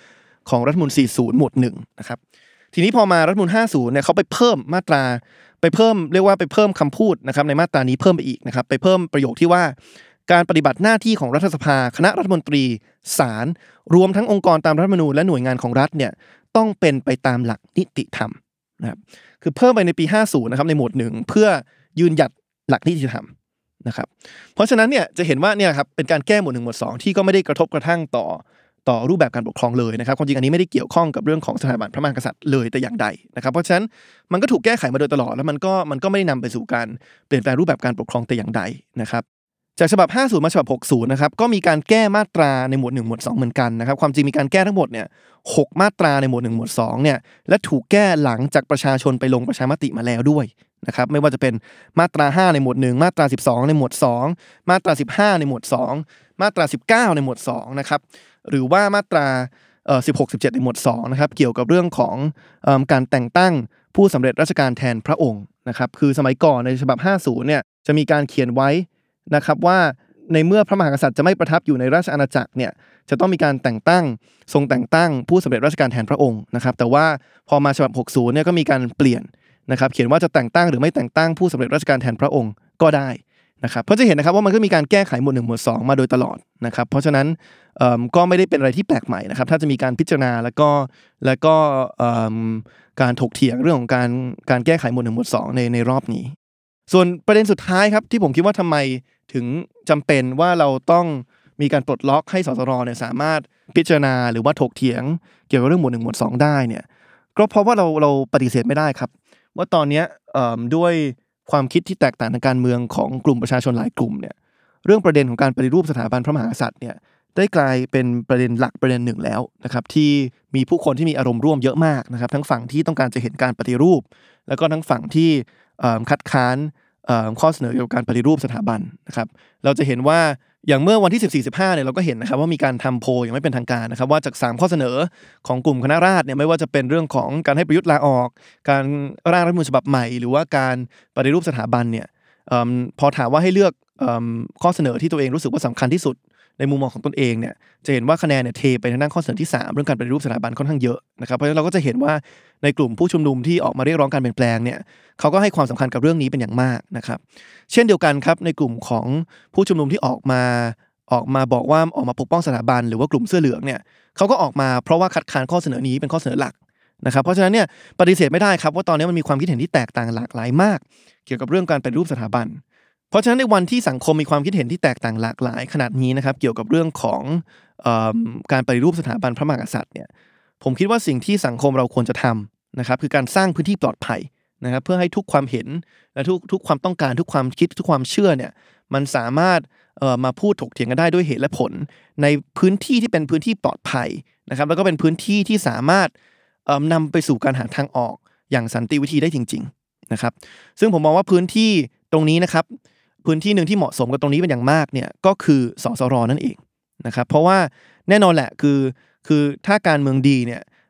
3ของรัฐธรรมนูญ40หมวด1นะครับทีนี้พอมารัฐธรรมนูญ50เนี่ยเขาไปเพิ่มมาตราไปเพิ่มเรียกว่าไปเพิ่มคำพูดนะครับในมาตรานี้เพิ่มไปอีกนะครับไปเพิ่มประโยคที่ว่าการปฏิบัติหน้าที่ของรัฐสภาคณะรัฐมนตรีศาลรวมทั้งองค์กรตามรัฐธรรมนูญและหน่วยงานของรัฐเนี่ยต้องเป็นไปตามหลักนิติธรรมนะครับคือเพิ่มไปในปี50นะครับในหมวด1เพื่อยืนหยัดหลักนิติธรรมนะครับเพราะฉะนั้นเนี่ยจะเห็นว่าเนี่ยครับเป็นการแก้หมวด1หมวด2ที่ก็ไม่ได้กระทบกระทั่งต่อรูปแบบการปกครองเลยนะครับความจริงอันนี้ไม่ได้เกี่ยวข้องกับเรื่องของสถาบันพระมหากษัตริย์เลยแต่อย่างใดนะครับเพราะฉะนั้นมันก็ถูกแก้ไขมาโดยตลอดแล้วมันก็ไม่ได้นำไปสู่การเปลี่ยนแปลงรูปแบบการปกครองแต่อย่างใดนะครับจากฉบับ50มาฉบับ60นะครับก็มีการแก้มาตราในหมวด1หมวด2เหมือนกันนะครับความจริงมีการแก้ทั้งหมดเนี่ย6มาตราในหมวด1หมวด2เนี่ยและถูกแก้หลังจากประชาชนไปลงประชามติมาแล้วด้วยนะครับไม่ว่าจะเป็นมาตรา5ในหมวด1มาตรา12ในหมวด2มาตรา15ในหมวด2มาตรา19ในหมวด2นะครับหรือว่ามาตรา16 17ในหมวด2นะครับเกี่ยวกับเรื่องของการแต่งตั้งผู้สำเร็จราชการแทนพระองค์นะครับคือสมัยก่อนในฉบับ50เนี่ยจะมีการเขียนไว้นะครับว่าในเมื่อพระมหากษัตริย์จะไม่ประทับอยู่ในราชอาณาจักรเนี่ยจะต้องมีการแต่งตั้งทรงแต่งตั้งผู้สำเร็จราชการแทนพระองค์นะครับแต่ว่าพอมาฉบับ60เนี่ยก็มีการเปลี่ยนนะครับเขียนว่าจะแต่งตั้งหรือไม่แต่งตั้งผู้สำเร็จราชการแทนพระองค์ก็ได้นะครับเพราะจะเห็นนะครับว่ามันก็มีการแก้ไขหมวด1หมวด2มาโดยตลอดนะครับเพราะฉะนั้นก็ไม่ได้เป็นอะไรที่แปลกใหม่นะครับถ้าจะมีการพิจารณาแล้วก็การถกเถียงเรื่องของการแก้ไขหมวด1หมวด2ในรอบนี้ส่วนประเด็นสุดท้ายครับที่ผมคิดว่าทำไมถึงจำเป็นว่าเราต้องมีการปลดล็อกให้สสรเนี่ยสามารถพิจารณาหรือว่าถกเถียงเกี่ยวกับเรื่องหมวด1หมวด2ได้เนี่ยก็เพราะว่าเราปฏิเสธไม่ได้ครับว่าตอนนี้ด้วยความคิดที่แตกต่างทางการเมืองของกลุ่มประชาชนหลายกลุ่มเนี่ยเรื่องประเด็นของการปฏิรูปสถาบันพระมหากษัตริย์เนี่ยได้กลายเป็นประเด็นหลักประเด็นหนึ่งแล้วนะครับที่มีผู้คนที่มีอารมณ์ร่วมเยอะมากนะครับทั้งฝั่งที่ต้องการจะเห็นการปฏิรูปแล้วก็ทั้งฝั่งที่คัดค้านข้อเสนอเกี่ยวกับการปฏิรูปสถาบันนะครับเราจะเห็นว่าอย่างเมื่อวันที่14-15เนี่ยเราก็เห็นนะครับว่ามีการทำโพลอย่างไม่เป็นทางการนะครับว่าจาก3ข้อเสนอของกลุ่มคณะราษฎรเนี่ยไม่ว่าจะเป็นเรื่องของการให้ประยุทธ์ลาออกการร่างรัฐธรรมนูญฉบับใหม่หรือว่าการปฏิรูปสถาบันเนี่ยพอถามว่าให้เลือกข้อเสนอที่ตัวเองรู้สึกว่าสำคัญที่สุดในมุมมองของตนเองเนี่ยจะเห็นว่าคะแนนเนี่ยเทไปทางด้านข้อเสนอที่3เรื่องการปฏิรูปสถาบันค่อนข้างเยอะนะครับเพราะฉะนั้นเราก็จะเห็นว่าในกลุ่มผู้ชุมนุมที่ออกมาเรียกร้องการเปลี่ยนแปลงเนี่ยเขาก็ให้ความสำคัญกับเรื่องนี้เป็นอย่างมากนะครับเช่นเดียวกันครับในกลุ่มของผู้ชุมนุมที่ออกมาบอกว่าออกมาปกป้องสถาบันหรือว่ากลุ่มเสื้อเหลืองเนี่ยเขาก็ออกมาเพราะว่าคัดค้านข้อเสนอนี้เป็นข้อเสนอหลักนะครับเพราะฉะนั้นเนี่ยปฏิเสธไม่ได้ครับว่าตอนนี้มันมีความคิดเห็นที่แตกต่างหลากหลายมากเกี่ยวกับเรื่องการปฏิรูปสถาบันเพราะฉะนั้นในวันที่สังคมมีความคิดเห็นที่แตกต่างหลากหลายขนาดนี้นะครับเกี่ยวกับเรื่องของการปฏิรูปสถาบันพระมหากษัตริย์เนี่ยผมคิดว่าสิ่งที่สังคมเราควรจะทำนะครับคือการสร้างพื้นที่ปลอดภัยนะครับเพื่อให้ทุกความเห็นและทุกความต้องการทุกความคิดทุกความเชื่อเนี่ยมันสามารถมาพูดถกเถียงกันได้ด้วยเหตุและผลในพื้นที่ที่เป็นพื้นที่ปลอดภัยนะครับแล้วก็เป็นพื้นที่ที่สามารถนำไปสู่การหาทางออกอย่างสันติวิธีได้จริงๆนะครับซึ่งผมมองว่าพื้นที่ตรงนี้นะครับพื้นที่หนึ่งที่เหมาะสมกับตรงนี้เป็นอย่างมากเนี่ยก็คือสสรนั่นเองนะครับเพราะว่าแน่นอนแหละคือถ้าการเมืองดีเนี่ย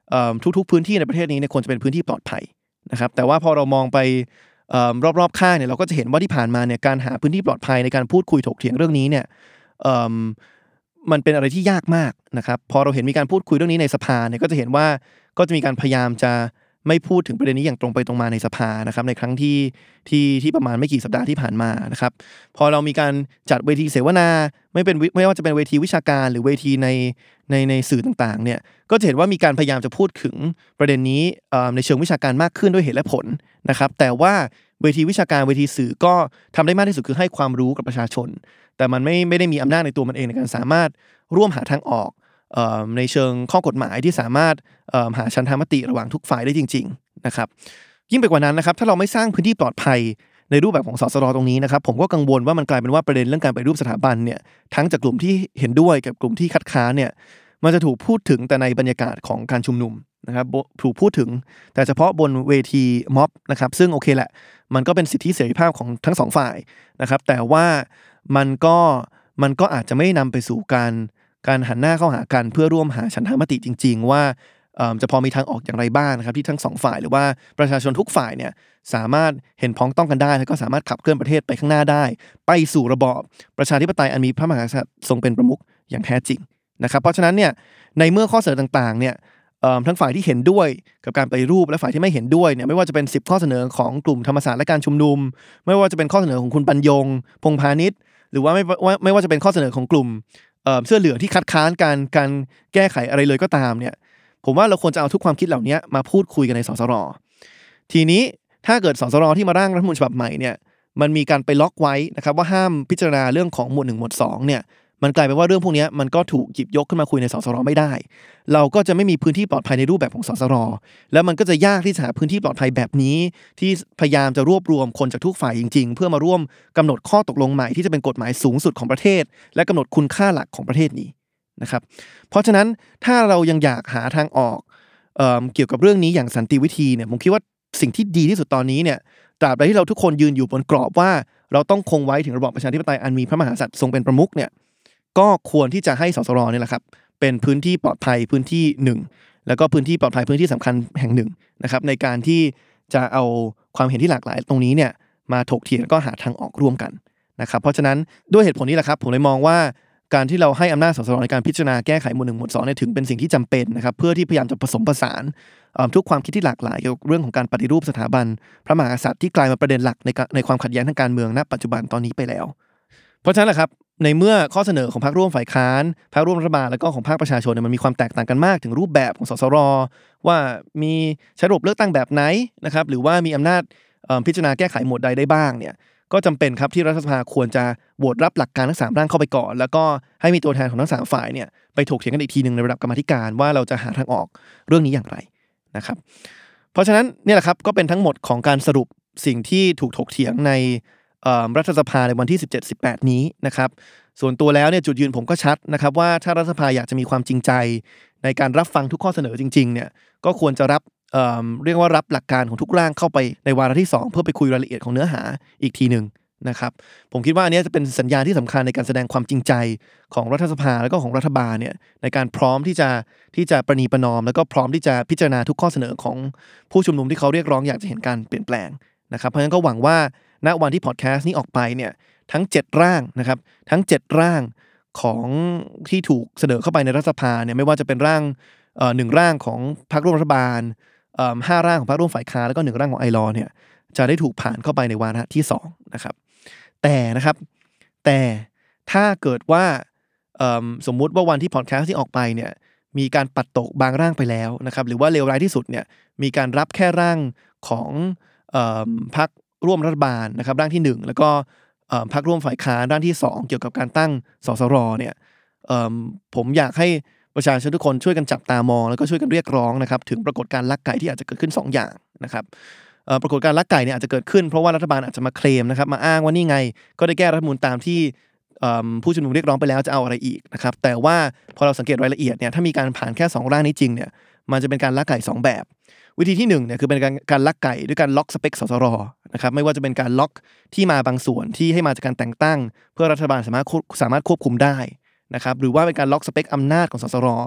ทุกๆพื้นที่ในประเทศนี้เนี่ยควรจะเป็นพื้นที่ปลอดภัยนะครับแต่ว่าพอเรามองไปรอบๆข้างเนี่ยเราก็จะเห็นว่าที่ผ่านมาเนี่ยการหาพื้นที่ปลอดภัยในการพูดคุยถกเถียงเรื่องนี้เนี่ยมันเป็นอะไรที่ยากมากนะครับพอเราเห็นมีการพูดคุยเรื่องนี้ในสภาเนี่ยก็จะเห็นว่าก็จะมีการพยายามจะไม่พูดถึงประเด็นนี้อย่างตรงไปตรงมาในสภานะครับในครั้งที่ประมาณไม่กี่สัปดาห์ที่ผ่านมานะครับพอเรามีการจัดเวทีเสวนาไม่ว่าจะเป็นเวทีวิชาการหรือเวทีในสื่อต่างๆเนี่ยก็จะเห็นว่ามีการพยายามจะพูดถึงประเด็นนี้ในเชิงวิชาการมากขึ้นด้วยเหตุและผลนะครับแต่ว่าเวทีวิชาการเวทีสื่อก็ทำได้มากที่สุดคือให้ความรู้กับประชาชนแต่มันไม่ได้มีอำนาจในตัวมันเองในการสามารถร่วมหาทางออกในเชิงข้อกฎหมายที่สามารถหาฉันทามติระหว่างทุกฝ่ายได้จริงๆนะครับยิ่งไปกว่านั้นนะครับถ้าเราไม่สร้างพื้นที่ปลอดภัยในรูปแบบของสสรตรงนี้นะครับผมก็กังวลว่ามันกลายเป็นว่าประเด็นเรื่องการปฏิรูปสถาบันเนี่ยทั้งจากกลุ่มที่เห็นด้วยกับกลุ่มที่คัดค้านเนี่ยมันจะถูกพูดถึงแต่ในบรรยากาศของการชุมนุมนะครับถูกพูดถึงแต่เฉพาะบนเวทีม็อบนะครับซึ่งโอเคแหละมันก็เป็นสิทธิเสรีภาพของทั้งสองฝ่ายนะครับแต่ว่ามันก็อาจจะไม่นำไปสู่การหันหน้าเข้าหากันเพื่อร่วมหาฉันทามติจริงๆว่าจะพอมีทางออกอย่างไรบ้างนะครับที่ทั้งสองฝ่ายหรือว่าประชาชนทุกฝ่ายเนี่ยสามารถเห็นพ้องต้องกันได้แล้วก็สามารถขับเคลื่อนประเทศไปข้างหน้าได้ไปสู่ระบอบประชาธิปไตยอันมีพระมหากษัตริย์ทรงเป็นประมุขอย่างแท้จริงนะครับเพราะฉะนั้นเนี่ยในเมื่อข้อเสนอต่างๆเนี่ยทั้งฝ่ายที่เห็นด้วยกับการปฏิรูปและฝ่ายที่ไม่เห็นด้วยเนี่ยไม่ว่าจะเป็น10ข้อเสนอของกลุ่มธรรมศาสตร์และการชุมนุมไม่ว่าจะเป็นข้อเสนอของคุณปัญยงพงษ์พาณิชย์หรือว่าไม่ว่าจะเป็นข้อเสนอของกลุ่มเสื้อเหลืองที่คัดค้านการแก้ไขอะไรเลยก็ตามเนี่ยผมว่าเราควรจะเอาทุกความคิดเหล่านี้มาพูดคุยกันในสสรทีนี้ถ้าเกิดสสรที่มาร่างรัฐธรรมนูญฉบับใหม่เนี่ยมันมีการไปล็อกไว้นะครับว่าห้ามพิจารณาเรื่องของหมวด1หมวด2เนี่ยมันกลายเป็นว่าเรื่องพวกนี้มันก็ถูกหยิบยกขึ้นมาคุยในสสรไม่ได้เราก็จะไม่มีพื้นที่ปลอดภัยในรูปแบบของสสรแล้วมันก็จะยากที่จะหาพื้นที่ปลอดภัยแบบนี้ที่พยายามจะรวบรวมคนจากทุกฝ่ายจริงๆเพื่อมาร่วมกำหนดข้อตกลงใหม่ที่จะเป็นกฎหมายสูงสุดของประเทศและกำหนดคุณค่าหลักของประเทศนี้นะครับเพราะฉะนั้นถ้าเรายังอยากหาทางออกเกี่ยวกับเรื่องนี้อย่างสันติวิธีเนี่ยผมคิดว่าสิ่งที่ดีที่สุดตอนนี้เนี่ยตราบใดที่เราทุกคนยืนอยู่บนกรอบว่าเราต้องคงไว้ถึงระบอบประชาธิปไตยอันมีพระมหากษัตริย์ทรงเป็นประมุขเนี่ยก็ควรที่จะให้สสรเนี่ยแหละครับเป็นพื้นที่ปลอดภัยพื้นที่1แล้วก็พื้นที่ปลอดภัยพื้นที่สำคัญแห่ง1นะครับในการที่จะเอาความเห็นที่หลากหลายตรงนี้เนี่ยมาถกเถียงแล้วก็หาทางออกร่วมกันนะครับเพราะฉะนั้นด้วยเหตุผลนี้แหละครับผมเลยมองว่าการที่เราให้อำนาจสสรในการพิจารณาแก้ไขหมวด1หมวด2เนี่ยถึงเป็นสิ่งที่จำเป็นนะครับเพื่อที่พยายามจะผสมผสานทุกความคิดที่หลากหลายเกี่ยวกับเรื่องของการปฏิรูปสถาบันพระมหากษัตริย์ที่กลายมาประเด็นหลักในความขัดแย้งทางการเมืองณปัจจุบันตอนนี้ไปแล้วเพราะฉะนั้นแหละครับในเมื่อข้อเสนอของพรรคร่วมฝ่ายค้านพรรคร่วมรัฐบาลแล้วก็ของภาคประชาชนเนี่ยมันมีความแตกต่างกันมากถึงรูปแบบของสสรว่ามีใช้ระบบเลือกตั้งแบบไหนนะครับหรือว่ามีอำนาจพิจารณาแก้ไขหมวดใดได้บ้างเนี่ยก็จำเป็นครับที่รัฐสภาควรจะโหวตรับหลักการทั้ง3ร่างเข้าไปก่อนแล้วก็ให้มีตัวแทนของทั้ง3ฝ่ายเนี่ยไปถกเถียงกันอีกทีนึงในระดับกรรมาธิการว่าเราจะหาทางออกเรื่องนี้อย่างไรนะครับเพราะฉะนั้นเนี่ยแหละครับก็เป็นทั้งหมดของการสรุปสิ่งที่ถูกถกเถียงในรัฐสภาในวันที่ 17-18 นี้นะครับส่วนตัวแล้วเนี่ยจุดยืนผมก็ชัดนะครับว่าถ้ารัฐสภาอยากจะมีความจริงใจในการรับฟังทุกข้อเสนอจริงๆเนี่ยก็ควรจะรับเรียกว่ารับหลักการของทุกร่างเข้าไปในวาระที่2เพื่อไปคุยรายละเอียดของเนื้อหาอีกทีนึงนะครับผมคิดว่าอันนี้จะเป็นสัญญาณที่สำคัญในการแสดงความจริงใจของรัฐสภาแล้วก็ของรัฐบาลเนี่ยในการพร้อมที่จะประนีประนอมแล้วก็พร้อมที่จะพิจารณาทุกข้อเสนอของผู้ชุมนุมที่เขาเรียกร้องอยากจะเห็นการเปลี่ยนแปลงนะครับเพราะฉะนั้นก็หวังว่าณวันที่พอดแคสต์นี้ออกไปเนี่ยทั้ง7ร่างนะครับทั้ง7ร่างของที่ถูกเสนอเข้าไปในรัฐสภาเนี่ยไม่ว่าจะเป็นร่าง1ร่างของพรรคร่วมรัฐบาล5ร่างของพรรคร่วมฝ่ายค้านแล้วก็1ร่างของไอลอเนี่ยจะได้ถูกผ่านเข้าไปในวาระที่2นะครับแต่ถ้าเกิดว่าสมมุติว่าวันที่พอดแคสต์ที่ออกไปเนี่ยมีการปัดตกบางร่างไปแล้วนะครับหรือว่าเลวร้ายที่สุดเนี่ยมีการรับแค่ร่างของพรรคร่วมรัฐบาลนะครับร่างที่1แล้วก็พรรคร่วมฝ่ายค้านร่างที่2เกี่ยวกับการตั้งสสรเนี่ยผมอยากให้ประชาชนทุกคนช่วยกันจับตามองแล้วก็ช่วยกันเรียกร้องนะครับถึงปรากฏการณ์ลักไก่ที่อาจจะเกิดขึ้น2อย่างนะครับปรากฏการณ์ลักไก่เนี่ยอาจจะเกิดขึ้นเพราะว่ารัฐบาลอาจจะมาเคลมนะครับมาอ้างว่านี่ไงก็ได้แก้รัฐธรรมนูญตามที่ผู้ชุมนุมเรียกร้องไปแล้วจะเอาอะไรอีกนะครับแต่ว่าพอเราสังเกตรายละเอียดเนี่ยถ้ามีการผ่านแค่2ร่างนี้จริงเนี่ยมันจะเป็นการลักไก่2แบบวิธีที่1เนี่ยคือเป็นการลักไก่ด้วยการล็อกสเปคสสรนะครับไม่ว่าจะเป็นการล็อกที่มาบางส่วนที่ให้มาจากการแต่งตั้งเพื่อรัฐบาลสามารถควบคุมได้นะครับหรือว่าเป็นการล็อกสเปคอำนาจของสสร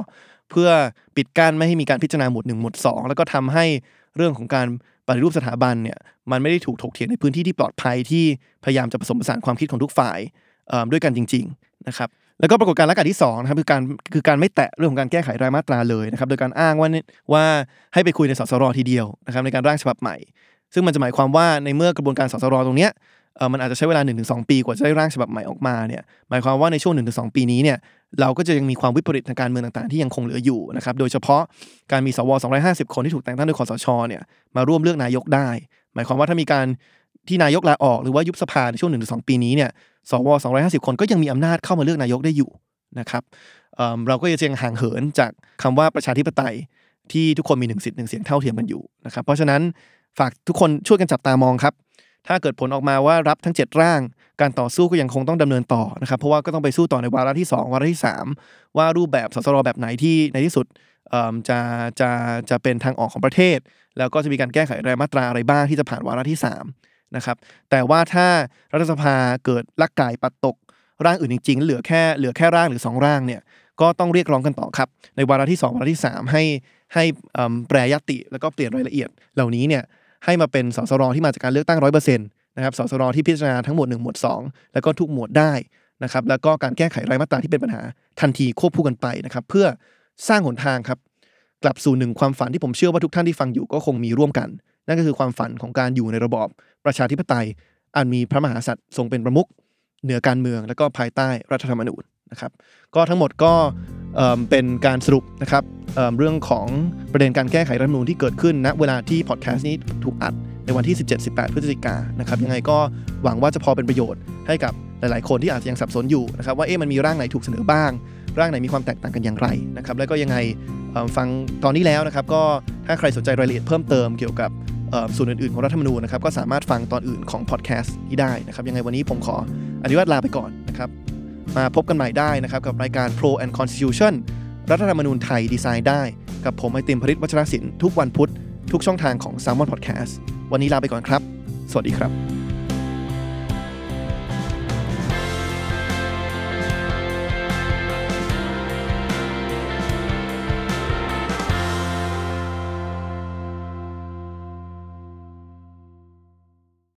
เพื่อปิดกั้นไม่ให้มีการพิจารณาหมวด1หมวด2แล้วก็ทำให้เรื่องของการปฏิรูปสถาบันเนี่ยมันไม่ได้ถูกถกเถียงในพื้นที่ที่ปลอดภัยที่พยายามจะผสมผสานความคิดของทุกฝ่ายด้วยกันจริงๆนะครับแล้วก็ปรากฏการณ์ลักษณะที่2นะครับคือการไม่แตะเรื่องของการแก้ไขรายมาตราเลยนะครับโดยการอ้างว่าให้ไปคุยในสสรทีเดียวนะครับในการร่างฉบับใหม่ซึ่งมันจะหมายความว่าในเมื่อกระบวนการสสรตรงเนี้ยมันอาจจะใช้เวลา 1-2 ปีกว่าจะได้ร่างฉบับใหม่ออกมาเนี่ยหมายความว่าในช่วง 1-2 ปีนี้เนี่ยเราก็จะยังมีความวิปริตทางการเมืองต่างๆที่ยังคงเหลืออยู่นะครับโดยเฉพาะการมีสว250คนที่ถูกแต่งตั้งโดยคสชเนี่ยมาร่วมเลือกนายกได้หมายความว่าถ้ามีการที่นายกลาออกหรือว่ายุบสภาในช่วง 1-2 ปีนี้เนี่ยสว250คนก็ยังมีอำนาจเข้ามาเลือกนายกได้อยู่นะครับเราก็ยังห่างเหินจากคำว่าประชาธิปไตยที่ทุกคนมี1สิทธิ์1เสียงเท่าเทียมกันอยู่นะครับเพราะฉะนั้นฝากทุกคนช่วยกันจับตามองครับถ้าเกิดผลออกมาว่ารับทั้ง7ร่างการต่อสู้ก็ยังคงต้องดำเนินต่อนะครับเพราะว่าก็ต้องไปสู้ต่อในวาระที่2วาระที่3ว่ารูปแบบสสรแบบไหนที่ในที่สุดจะเป็นทางออกของประเทศแล้วก็จะมีการแก้ไขรายมาตราอะไรบ้างที่จะผ่านวาระที่3นะครับแต่ว่าถ้ารัฐสภาเกิดลักไก่ปัดตกร่างอื่นจริงๆเหลือแค่ร่างหรือ2ร่างเนี่ยก็ต้องเรียกร้องกันต่อครับในวาระที่2วาระที่3ให้แปรยติแล้วก็เปลี่ยนรายละเอียดเหล่านี้เนี่ยให้มาเป็นสสรที่มาจากการเลือกตั้ง 100% นะครับสสรที่พิจารณาทั้งหมวด1หมวด2แล้วก็ทุกหมวดได้นะครับแล้วก็การแก้ไขรายมาตราที่เป็นปัญหาทันทีควบคู่กันไปนะครับเพื่อสร้างหนทางครับกลับสู่1ความฝันที่ผมเชื่อว่าทุกท่านที่ฟังอยู่ก็คงมีร่วมกันนั่นก็คือความฝันของการอยู่ในระบอบประชาธิปไตยอันมีพระมหากษัตริย์ทรงเป็นประมุขเหนือการเมืองและก็ภายใต้รัฐธรรมนูญนะครับก็ทั้งหมดก็เป็นการสรุปนะครับเรื่องของประเด็นการแก้ไขรัฐธรรมนูญที่เกิดขึ้นณเวลาที่พอดแคสต์นี้ถูกอัดในวันที่ 17-18 พฤศจิกายนนะครับยังไงก็หวังว่าจะพอเป็นประโยชน์ให้กับหลายๆคนที่อาจจะยังสับสนอยู่นะครับว่ามันมีร่างไหนถูกเสนอบ้างร่างไหนมีความแตกต่างกันอย่างไรนะครับแล้วก็ยังไงฟังตอนนี้แล้วนะครับก็ถ้าใครสนใจรายละเอียดเพิ่มเติมเกี่ยวกับส่วนอื่นๆของรัฐธรรมนูญนะครับก็สามารถฟังตอนอื่นของพอดแคสต์นี้ได้นะครับยังไงวันนี้ผมขออนุญาตลาไปก่อนนะครับมาพบกันใหม่ได้นะครับกับรายการ Pro and Constitution รัฐธรรมนูญไทยดีไซน์ได้กับผมไอติม พฤทธิ์ วัชรศิลป์ทุกวันพุธทุกช่องทางของ Salmon Podcast วันนี้ลาไปก่อนครับสวัสดีครับ